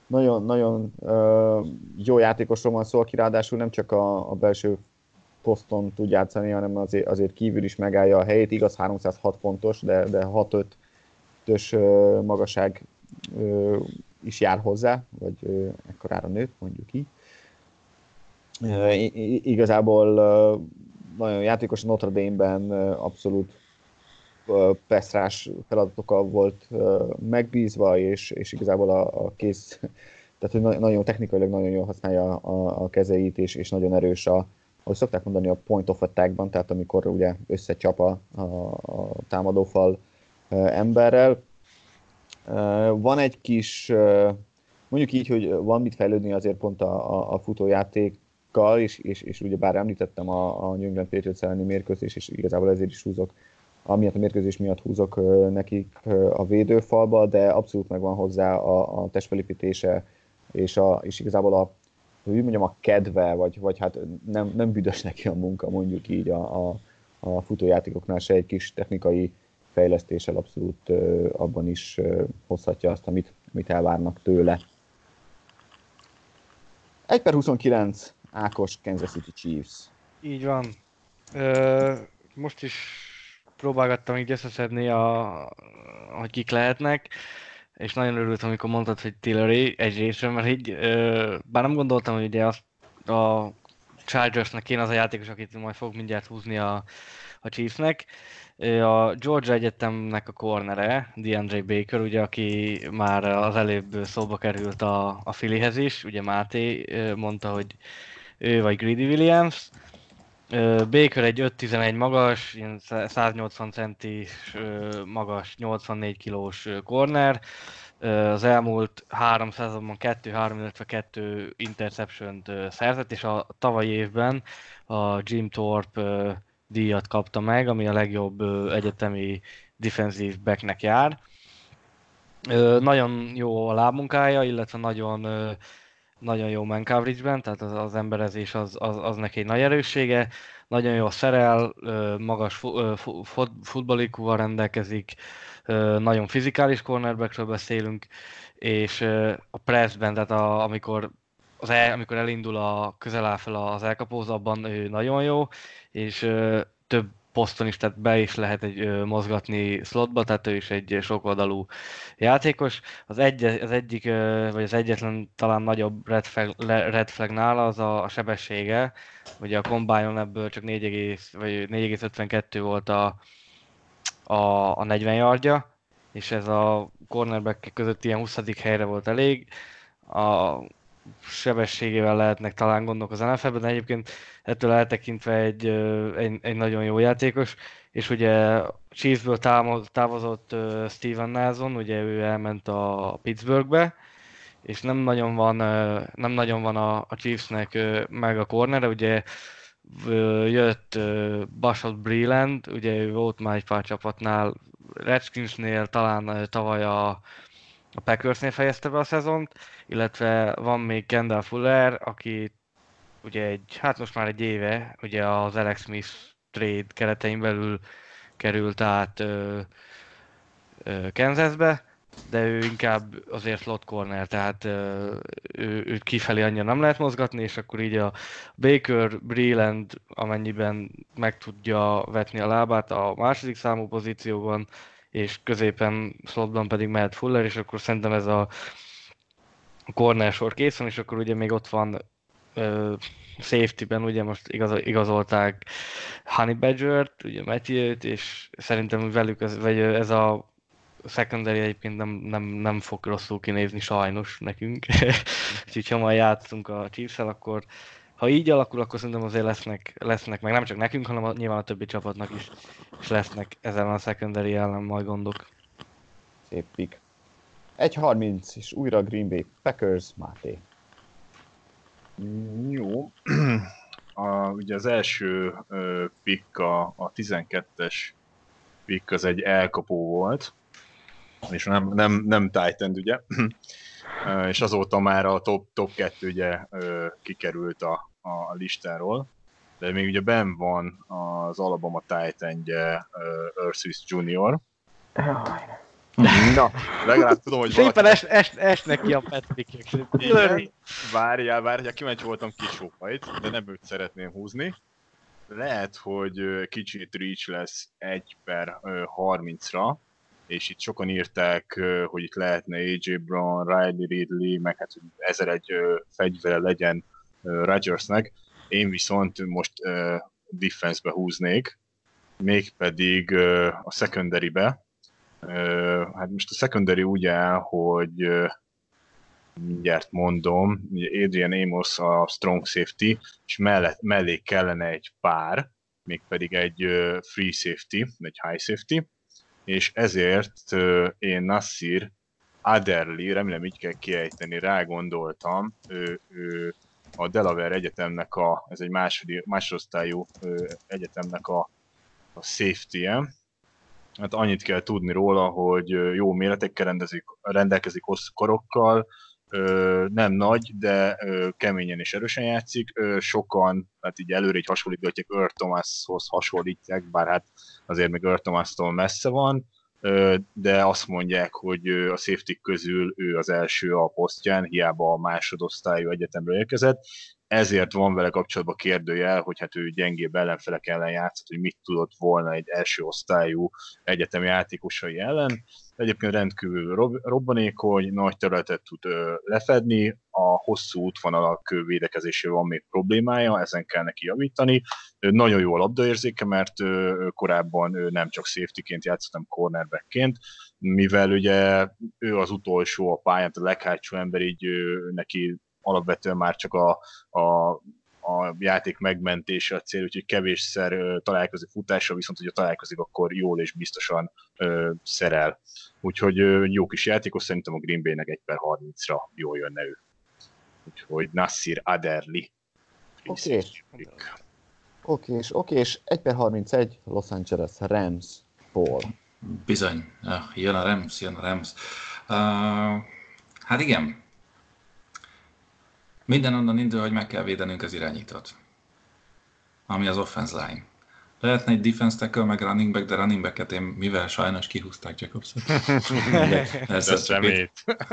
nagyon, nagyon uh, jó játékosról van szó, aki ráadásul nem csak a, a belső poszton tud játszani, hanem azért, azért kívül is megállja a helyét. Igaz, háromszázhat fontos, de, de hat ötös uh, magasság uh, is jár hozzá, vagy uh, ekkorára nőtt, mondjuk így. Uh, igazából uh, nagyon játékos a Notre Dame-ben uh, abszolút uh, peszrás feladatokkal volt uh, megbízva, és, és igazából a, a kész, tehát hogy nagyon technikailag nagyon jól használja a, a kezeit, és, és nagyon erős a, ahogy szokták mondani, a point of attackban, tehát amikor ugye összecsap a, a, a támadófal uh, emberrel. Uh, van egy kis, uh, mondjuk így, hogy van mit fejlődni azért pont a, a, a futójátékkal, és, és, és ugye bár említettem a, a New England Patriots elleni mérkőzés, és igazából ezért is húzok, amiatt a mérkőzés miatt húzok uh, nekik uh, a védőfalba, de abszolút megvan hozzá a, a testfelépítése, és, a, és igazából a hogy mondjam, a kedve, vagy, vagy hát nem, nem büdös neki a munka, mondjuk így a, a, a futójátékoknál se egy kis technikai fejlesztéssel abszolút uh, abban is uh, hozhatja azt, amit, amit elvárnak tőle. egy per huszonkilenc, Ákos, Kansas City Chiefs. Így van. Ö, most is próbálgattam így összeszedni, a, hogy kik lehetnek, és nagyon örültem, amikor mondtad, hogy Tillery egy részről, mert így, ö, bár nem gondoltam, hogy ugye azt a Chargersnek én az a játékos, akit majd fog mindjárt húzni a, a Chiefsnek. A Georgia Egyetemnek a cornere, DeAndre Baker, ugye, aki már az előbb szóba került a, a Phillyhez is, ugye Máté mondta, hogy ő vagy Greedy Williams. Baker egy öt tizenegy magas, ilyen száznyolcvan centis magas, nyolcvannégy kilós corner. Az elmúlt három szezonban kettő három, illetve kettő interception-t szerzett, és a tavalyi évben a Jim Thorpe díjat kapta meg, ami a legjobb egyetemi defensive backnek jár. Nagyon jó a lábmunkája, illetve nagyon, nagyon jó man coverage-ben, tehát az, az emberezés az, az, az neki egy nagy erőssége. Nagyon jó szerel, magas futballikúval rendelkezik, nagyon fizikális cornerbackről beszélünk, és a pressben, tehát a, amikor, az el, amikor elindul a közel áll fel az elkapóz, abban ő nagyon jó, és több poszton is, tehát be is lehet egy, mozgatni slotba, tehát ő is egy sokoldalú játékos. Az, egy, az egyik, vagy az egyetlen talán nagyobb red flag, red flag nála az a, a sebessége. Ugye a combine-on ebből csak négy egész ötvenkettő volt a, a, a negyven yardja, és ez a cornerback között ilyen huszadik helyre volt elég. A sebességével lehetnek talán gondok az en ef el-ben, de egyébként ettől eltekintve egy, egy, egy nagyon jó játékos, és ugye Chiefsből távozott Steven Nelson, ugye ő elment a Pittsburghbe, és nem nagyon van, nem nagyon van a, a Chiefsnek meg a cornerre, ugye jött Bashot Breeland, ugye ő volt már egy pár csapatnál, Redskinsnél talán tavaly a, a Packersnél fejezte be a szezont, illetve van még Kendall Fuller, aki ugye egy, hát most már egy éve, ugye az Alex Smith trade keretein belül került át ö, ö, Kansasbe, de ő inkább azért slot corner, tehát ö, ő, őt kifelé annyira nem lehet mozgatni, és akkor így a Baker, Breeland, amennyiben meg tudja vetni a lábát a második számú pozícióban, és középen slotban pedig mehet Fuller, és akkor szerintem ez a corner sor kész van, és akkor ugye még ott van uh, safety-ben, ugye most igaz, igazolták Honey Badgert, ugye Matthew-t, és szerintem velük ez, vagy ez a secondary egyébként nem, nem, nem fog rosszul kinézni sajnos nekünk. Úgyhogy ha majd játszunk a Chiefs-el, akkor ha így alakul, akkor szerintem azért lesznek, lesznek meg nem csak nekünk, hanem a, nyilván a többi csapatnak is, és lesznek ezen a secondary ellen majd gondok. Szép pick. egy harminc, és újra Green Bay Packers, Máté. Jó. A, ugye az első uh, pick, a, a tizenkettes pick az egy elkapó volt, és nem, nem, nem tight end, ugye, uh, és azóta már a top, top kettő ugye uh, kikerült a, a listáról, de még ugye benn van az Alabama tight endje uh, Ursus junior, Na, legalább tudom, hogy Szépen valaki... es, es, esnek ki a petpikkek. Igen, várjál, várjál, kíváncsi voltam Kisópait, de nem őt szeretném húzni. Lehet, hogy kicsit reach lesz egy per harmincra, és itt sokan írták, hogy itt lehetne á jé Brown, Riley Ridley, meg hát ezer egy fegyvere legyen Rodgersnek. Én viszont most defense-be húznék, mégpedig a secondary-be. Hát most a secondary úgy áll, hogy mindjárt mondom, Adrian Amos a strong safety, és mellett, mellé kellene egy pár, mégpedig egy free safety, egy high safety, és ezért én Nasir Adderley, remélem így kell kiejteni, rá gondoltam, ő, ő a Delaware Egyetemnek a, ez egy második, másodosztályú egyetemnek a, a safety-je. Hát annyit kell tudni róla, hogy jó méretekkel rendezik, rendelkezik hosszú korokkal, nem nagy, de keményen és erősen játszik. Sokan, hát így előre így hasonlítgatják, Earl Thomashoz hasonlítják, bár hát azért még Earl Thomastól messze van, de azt mondják, hogy a safety közül ő az első a posztján, hiába a másodosztályú egyetemről érkezett. Ezért van vele kapcsolatban kérdőjel, hogy hát ő gyengébb ellenfelek ellen játszott, hogy mit tudott volna egy első osztályú egyetemi játékosai ellen. Egyébként rendkívül robbanékony, nagy területet tud lefedni, a hosszú útvonalak védekezésével van még problémája, ezen kell neki javítani. Nagyon jó a labdaérzéke, mert korábban nem csak safetyként játszott, hanem cornerbackként, mivel ugye ő az utolsó a pályán, a leghátsó ember, így neki alapvetően már csak a, a, a játék megmentése a cél, úgyhogy kevésszer találkozik futással, viszont hogyha találkozik, akkor jól és biztosan ö, szerel. Úgyhogy ö, jó kis játékos, szerintem a Green Bay-nek egy per harmincra jól jönne ő. Úgyhogy Nasir Adderley. Oké, oké, és oké, és egy per harmincegy Los Angeles Rams, Paul. Bizony, ja, jön a Rams, jön a Rams. Uh, hát igen, minden onnan indul, hogy meg kell védenünk az irányítót, ami az offense line. Lehetne egy defense tackle, meg running back, de running backet én, mivel sajnos kihúzták Jacobsot. Ez reményt.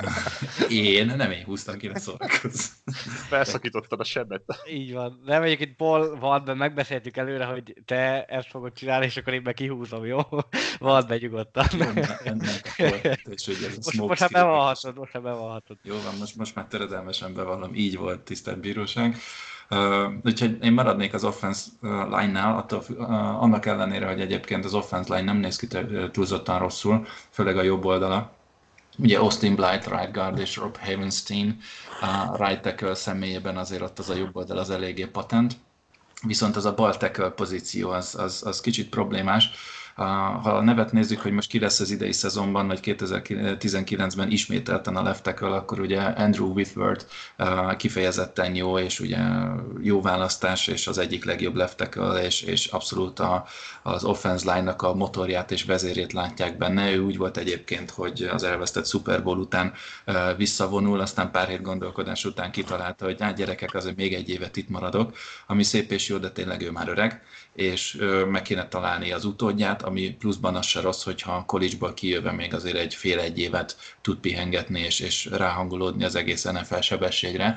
Én, nem én húztam ki, ne szórakozz. Felszakítottad a sebet. Így van. Nem, egyébként Paul, van be, megbeszéltük előre, hogy te ezt fogod csinálni, és akkor én meg kihúzom, jó? Van be nyugodtan. Ennek akkor, és hogy ez a most, most már bevallhatod, most már bevallhatod. Jó van, most, most már töredelmesen bevallom, így volt, tisztelt bíróság. Uh, úgyhogy én maradnék az offense line-nál, attól, uh, annak ellenére, hogy egyébként az offense line nem néz ki túlzottan rosszul, főleg a jobb oldala. Ugye Austin Blythe, right guard, és Rob Havenstein uh, right tackle személyében azért ott az a jobb oldal az eléggé patent. Viszont az a bal tackle pozíció az, az, az kicsit problémás. Ha a nevet nézzük, hogy most ki lesz az idei szezonban, vagy kétezer-tizenkilencben ismételten a left tackle, akkor ugye Andrew Whitworth kifejezetten jó, és ugye jó választás, és az egyik legjobb left tackle, és, és abszolút a, az offense line-nak a motorját és vezérét látják benne. Ő úgy volt egyébként, hogy az elvesztett Super Bowl után visszavonul, aztán pár hét gondolkodás után kitalálta, hogy hát gyerekek, azért még egy évet itt maradok, ami szép és jó, de tényleg ő már öreg, és meg kéne találni az utódját, ami pluszban az se rossz, hogyha a college-ból kijöve még azért egy fél-egy évet tud pihengetni, és, és ráhangolódni az egész en ef el sebességre.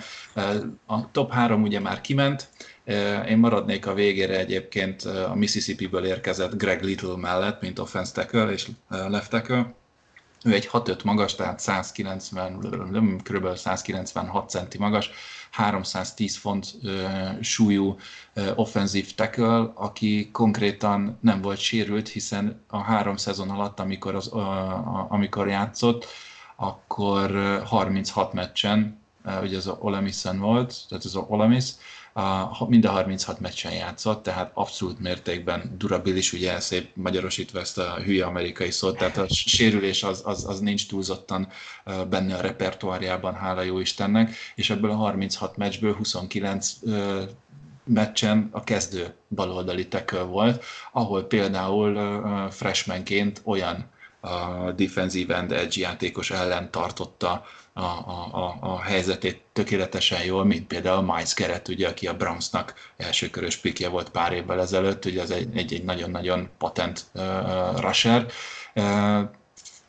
A top három ugye már kiment, én maradnék a végére egyébként a Mississippi-ből érkezett Greg Little mellett, mint offense tackle és left tackle. Ő egy hat öt magas, tehát százkilencven, kb. százkilencvenhat centi magas, háromszáztíz font uh, súlyú uh, offenzív tackle, aki konkrétan nem volt sérült, hiszen a három szezon alatt, amikor, az, uh, amikor játszott, akkor uh, harminchat meccsen, uh, ugye az Ole Missen volt, tehát az Ole Miss, uh, mind a harminchat meccsen játszott, tehát abszolút mértékben durabilis, ugye szép magyarosítva ezt a hülye amerikai szót, tehát a sérülés az, az, az nincs túlzottan uh, benne a repertoárjában, hála jó Istennek, és ebből a harminchat meccsből huszonkilenc uh, meccsen a kezdő baloldali tackle volt, ahol például uh, freshmanként olyan a defensive end edge játékos ellen tartotta a, a, a, a helyzetét tökéletesen jól, mint például Miles Garrett, ugye, aki a Brownsnak elsőkörös pickje volt pár évvel ezelőtt, ugye az egy, egy, egy nagyon-nagyon patent uh, rusher. Uh,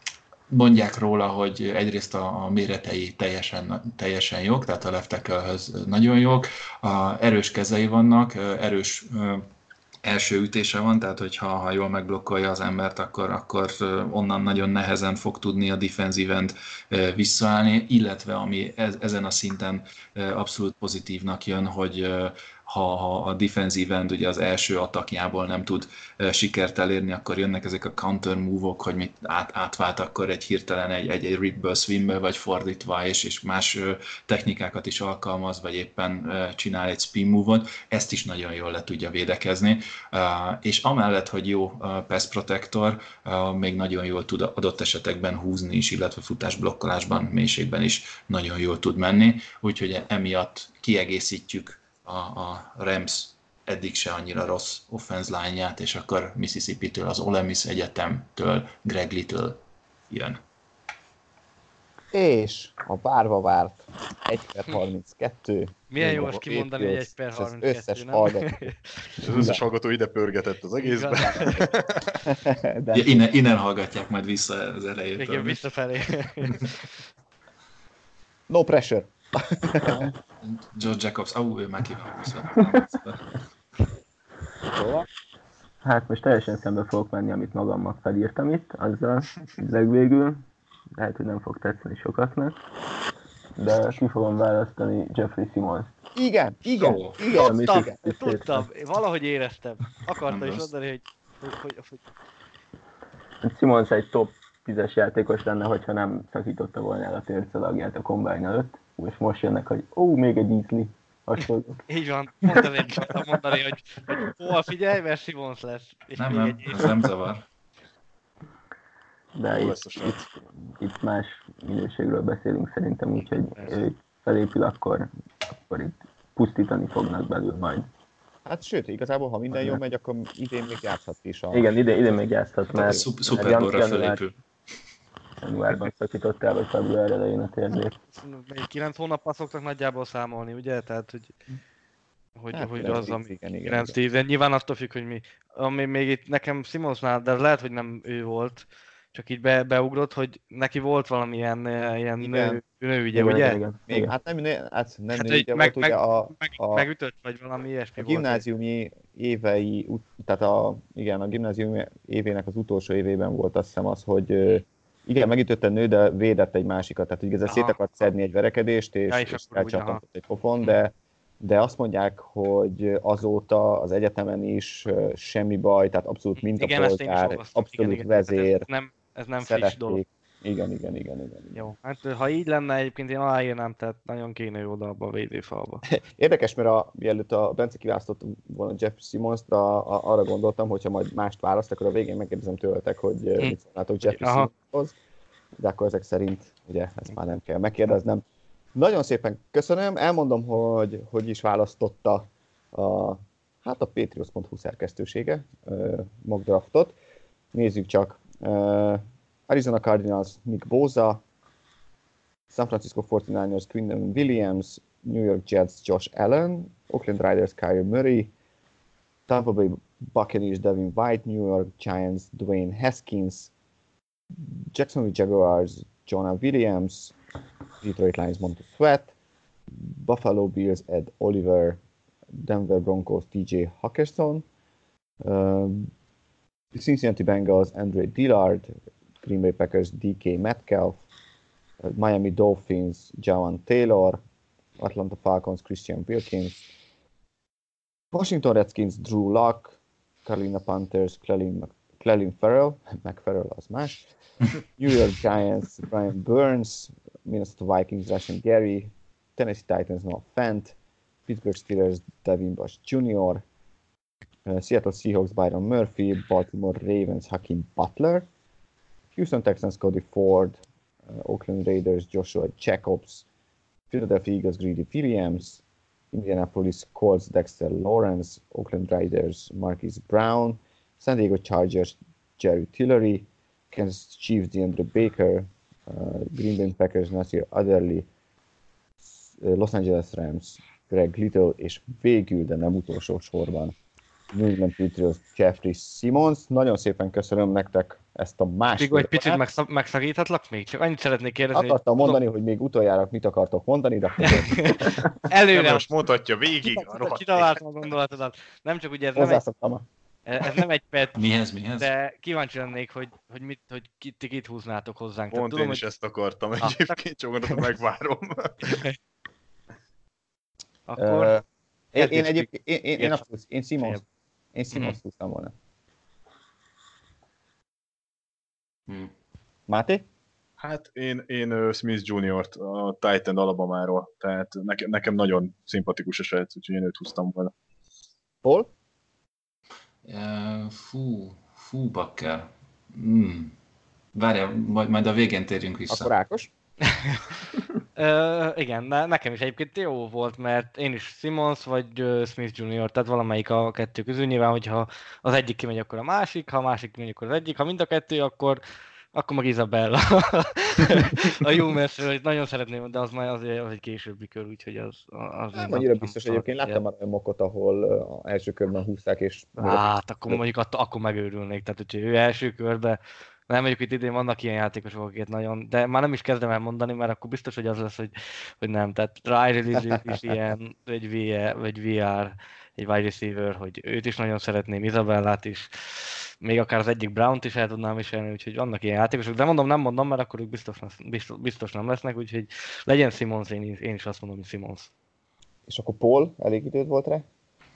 mondják róla, hogy egyrészt a, a méretei teljesen, teljesen jók, tehát a left tackle-höz nagyon jók, a erős kezei vannak, erős első ütése van, tehát hogyha ha jól megblokkolja az embert, akkor, akkor onnan nagyon nehezen fog tudni a defensive end visszaállni, illetve ami ezen a szinten abszolút pozitívnak jön, hogy ha, ha a defensive end ugye az első atakjából nem tud sikert elérni, akkor jönnek ezek a counter move-ok, hogy mit át, átvált akkor egy hirtelen egy, egy, egy ripből swimbe, vagy fordítva, és, és más technikákat is alkalmaz, vagy éppen csinál egy spin move-ot, ezt is nagyon jól le tudja védekezni, és amellett, hogy jó pass protector, még nagyon jól tud adott esetekben húzni is, illetve futásblokkolásban, mélységben is nagyon jól tud menni, úgyhogy emiatt kiegészítjük a, a Rams eddig se annyira rossz offense line-ját, és akkor Mississippi-től, az Ole Miss Egyetemtől, Greg Little jön. És a várva várt egy per harminckettő. Milyen jó most kimondani, hogy egy per harminckettő, az összes hallgató. Az összes hallgató ide pörgetett az egészben. De... Ja, innen, innen hallgatják majd vissza az elejétől. Igen, visszafelé. No pressure. George Jacobs, ó, oh, ő már kívánkozott. Hát most teljesen szembe fogok menni, amit magammal felírtam itt, azzal legvégül. Lehet, hogy nem fog tetszeni sokaknak. De ki fogom választani Jeffrey Simmons. Igen, igen, oh. igen. Tudtam, igen. tudtam, valahogy éreztem. Akartam is mondani, hogy... hogy, hogy, hogy... Simmons egy top tízes játékos lenne, hogyha nem szakította volna el a tércelagját a combine előtt. És most jönnek, hogy ó, még egy ízli. Hasonlók. Így van, pont azért akartam mondani, hogy, hogy hol figyelj, mert Simmons lesz. És Nem, még nem, egy ez nem zavar. De itt, itt, itt más minőségről beszélünk szerintem, úgyhogy ő felépül, akkor, akkor itt pusztítani fognak belül majd. Hát sőt, igazából, ha minden jól megy, akkor idén még játszhat is. A... Igen, idén, idén még játszhat, mert... Szup, Super Bowl-ra felépül. Januárban szakított el, vagy február elején a térdét. Még kilenc hónappal szoktak nagyjából számolni, ugye? Tehát, hogy, hogy, hát, hogy az, ami igen, igen, kilenc tíz, de nyilván attól függ, hogy mi. Ami még itt nekem Simmonsnál, de lehet, hogy nem ő volt, csak így be, beugrott, hogy neki volt valamilyen ilyen nő, nőügye, igen, ugye? Igen, Még, igen. hát nem, nő, hát nem Hát, nőügye meg, volt, ugye meg, a, meg, a, megütött, vagy valami ilyesmi a volt. gimnáziumi évei, tehát a, igen, a gimnáziumi évének az utolsó évében volt azt hiszem az, hogy igen, megütötte a nő, de védett egy másikat, tehát ugye szét akart szedni egy verekedést, és, ja, és, és elcsattantott egy pofon, de, de azt mondják, hogy azóta az egyetemen is semmi baj, tehát abszolút mintapolgár, abszolút igen, vezér, ez nem, ez nem szerették. friss dolog. Igen, igen, igen, igen. Jó, hát ha így lenne egyébként én aláírnám, tehát nagyon kéne jó oda abba a védőfalba. Érdekes, mert a, mielőtt a Bence kiválasztott volna Jeff Simmons-t, a, a, arra gondoltam, hogyha majd mást választ, akkor a végén megkérdezem tőletek, hogy hmm. mit szólnátok Jeff Simmonshoz, de akkor ezek szerint ugye ezt már nem kell megkérdeznem. Nagyon szépen köszönöm, elmondom, hogy hogy is választotta a, hát a Patriots pont hu szerkesztősége uh, mock draftot. Nézzük csak. Uh, Arizona Cardinals Nick Bosa, San Francisco forty-niners Quinnen Williams, New York Jets Josh Allen, Oakland Raiders Kyler Murray, Tampa Bay Buccaneers Devin White, New York Giants Dwayne Haskins, Jacksonville Jaguars Jonah Williams, Detroit Lions Montez Sweat, Buffalo Bills Ed Oliver, Denver Broncos T J Hawkinson, uh, Cincinnati Bengals Andre Dillard, Green Bay Packers D K Metcalf, Miami Dolphins Jawan Taylor, Atlanta Falcons Christian Wilkins, Washington Redskins Drew Lock, Carolina Panthers Clelin, Clelin Ferrell, McFerrell az más, New York Giants Brian Burns, Minnesota Vikings Rashan Gary, Tennessee Titans Noah Fant, Pittsburgh Steelers Devin Bush Junior, uh, Seattle Seahawks Byron Murphy, Baltimore Ravens Hakeem Butler, Houston Texans Cody Ford, uh, Oakland Raiders Joshua Jacobs, Philadelphia Eagles Greedy Williams, Indianapolis Colts Dexter Lawrence, Oakland Raiders Marquise Brown, San Diego Chargers Jerry Tillery, Kansas Chiefs DeAndre Baker, uh, Green Bay Packers Nasir Adderley, uh, Los Angeles Rams Greg Little, és végül, de nem utolsó sorban New England Patriots Jeffrey Simmons. Nagyon szépen köszönöm nektek ezt a másfél Viggo, egy picit megszak, megszakíthatlak még? Csak annyit szeretnék kérdezni, akartam hogy... mondani, hogy még utoljára mit akartok mondani, de előre... Nem most mondhatja végig a rohadt. Kitaláltam a gondolatodat. Nem csak ugye ez nem, egy, ez nem egy pet, mihez, mihez? de kíváncsi lennék, hogy, hogy, mit, hogy kit, ti kit húznátok hozzánk. Pont tudom, én is hogy... ezt akartam egyébként, csak gondoltam, megvárom. Akkor... Uh, én, én egyébként, én, én, én, abszolút, én Simons, én Simons húztam volna. Hmm. Máté? Hát én, én Smith juniort a Titan Alabamáról, tehát nekem, nekem nagyon szimpatikus a srác, úgyhogy én őt húztam volna. Paul? Uh, fú, fú, bakker. Hmm. Várjál, majd, majd a végén térjünk vissza. Akkor Ákos? Uh, igen, ne, nekem is egyébként jó volt, mert én is Simmons vagy uh, Smith junior, tehát valamelyik a kettő közül. Nyilván, hogyha az egyik kimegy, akkor a másik, ha a másik kimegy, akkor az egyik, ha mind a kettő, akkor, akkor meg Isabella. A jó messzről, hogy nagyon szeretném, de az már azért az egy későbbi kör, úgyhogy az... az nem annyira biztos egyébként, láttam már olyan mokot, ahol az első körben húzták, és... Hát, akkor mondjuk att- akkor megőrülnék, tehát hogyha ő első körbe, nem mondjuk itt idén vannak ilyen játékosok, akiket nagyon, de már nem is kezdem el mondani, mert akkor biztos, hogy az lesz, hogy, hogy nem. Tehát Riley is ilyen, egy, v, vagy vé er, egy wide receiver, hogy őt is nagyon szeretném, Isabellát is, még akár az egyik Brown-t is el tudnám viselni, úgyhogy vannak ilyen játékosok, de mondom, nem mondom, mert akkor ők biztos, biztos, biztos nem lesznek, úgyhogy legyen Simmons, én, én is azt mondom, hogy Simmons. És akkor Paul, elég időd volt rá?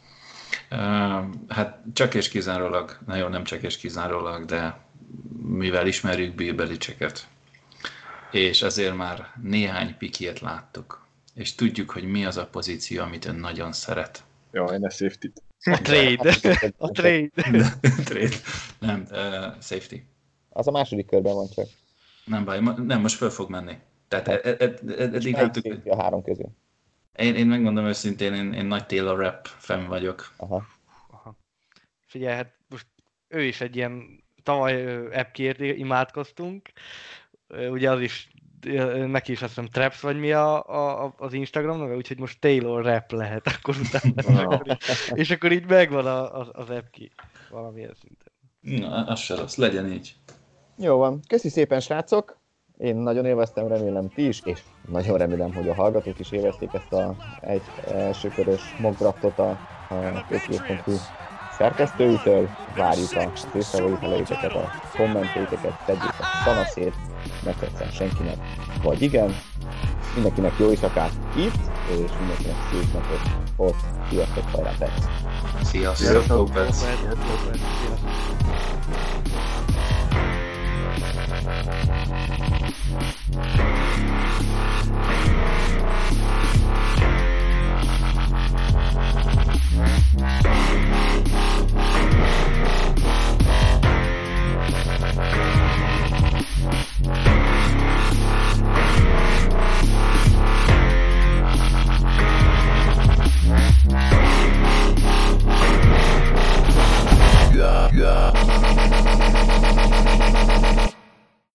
Uh, hát csak és kizárólag, nagyon nem csak és kizárólag, de mivel ismerjük Bill Belichicket, és ezért már néhány pikiet láttuk, és tudjuk, hogy mi az a pozíció, amit ön nagyon szeret. Ja, én a safety-t. A trade. A trade. Trade. Nem, uh, safety. Az a második körben van csak. Nem baj, nem, most föl fog menni. Tehát ed, ed, ed, eddig láttuk... A három közül. Én, én megmondom őszintén, én, én nagy Taylor Rapp fan vagyok. Aha. Aha. Figyelj, hát most ő is egy ilyen tavaly appkért imádkoztunk. Ugye az is, neki is azt hiszem Traps vagy mi a, a, az Instagram neve, úgyhogy most Taylor Rapp lehet akkor utána. és, akkor így, és akkor így megvan a, az, az appki valamilyen szinten. Na, az se rossz, legyen így. Jó van, köszi szépen srácok! Én nagyon élveztem, remélem ti is, és nagyon remélem, hogy a hallgatók is élvezték ezt a egy elsőkörös mock draftot a, a Patriots pont hu szerkesztőitől. Várjuk a észrevételeiteket, a kommentéteket, tegyék a szanaszét, ne tetszen senkinek, vagy igen. Mindenkinek jó éjszakát itt, és mindenkinek szép napot ott. Sziasztok, hajrá, perc! Sziasztok! Sziasztok! Sziasztok. Sziasztok.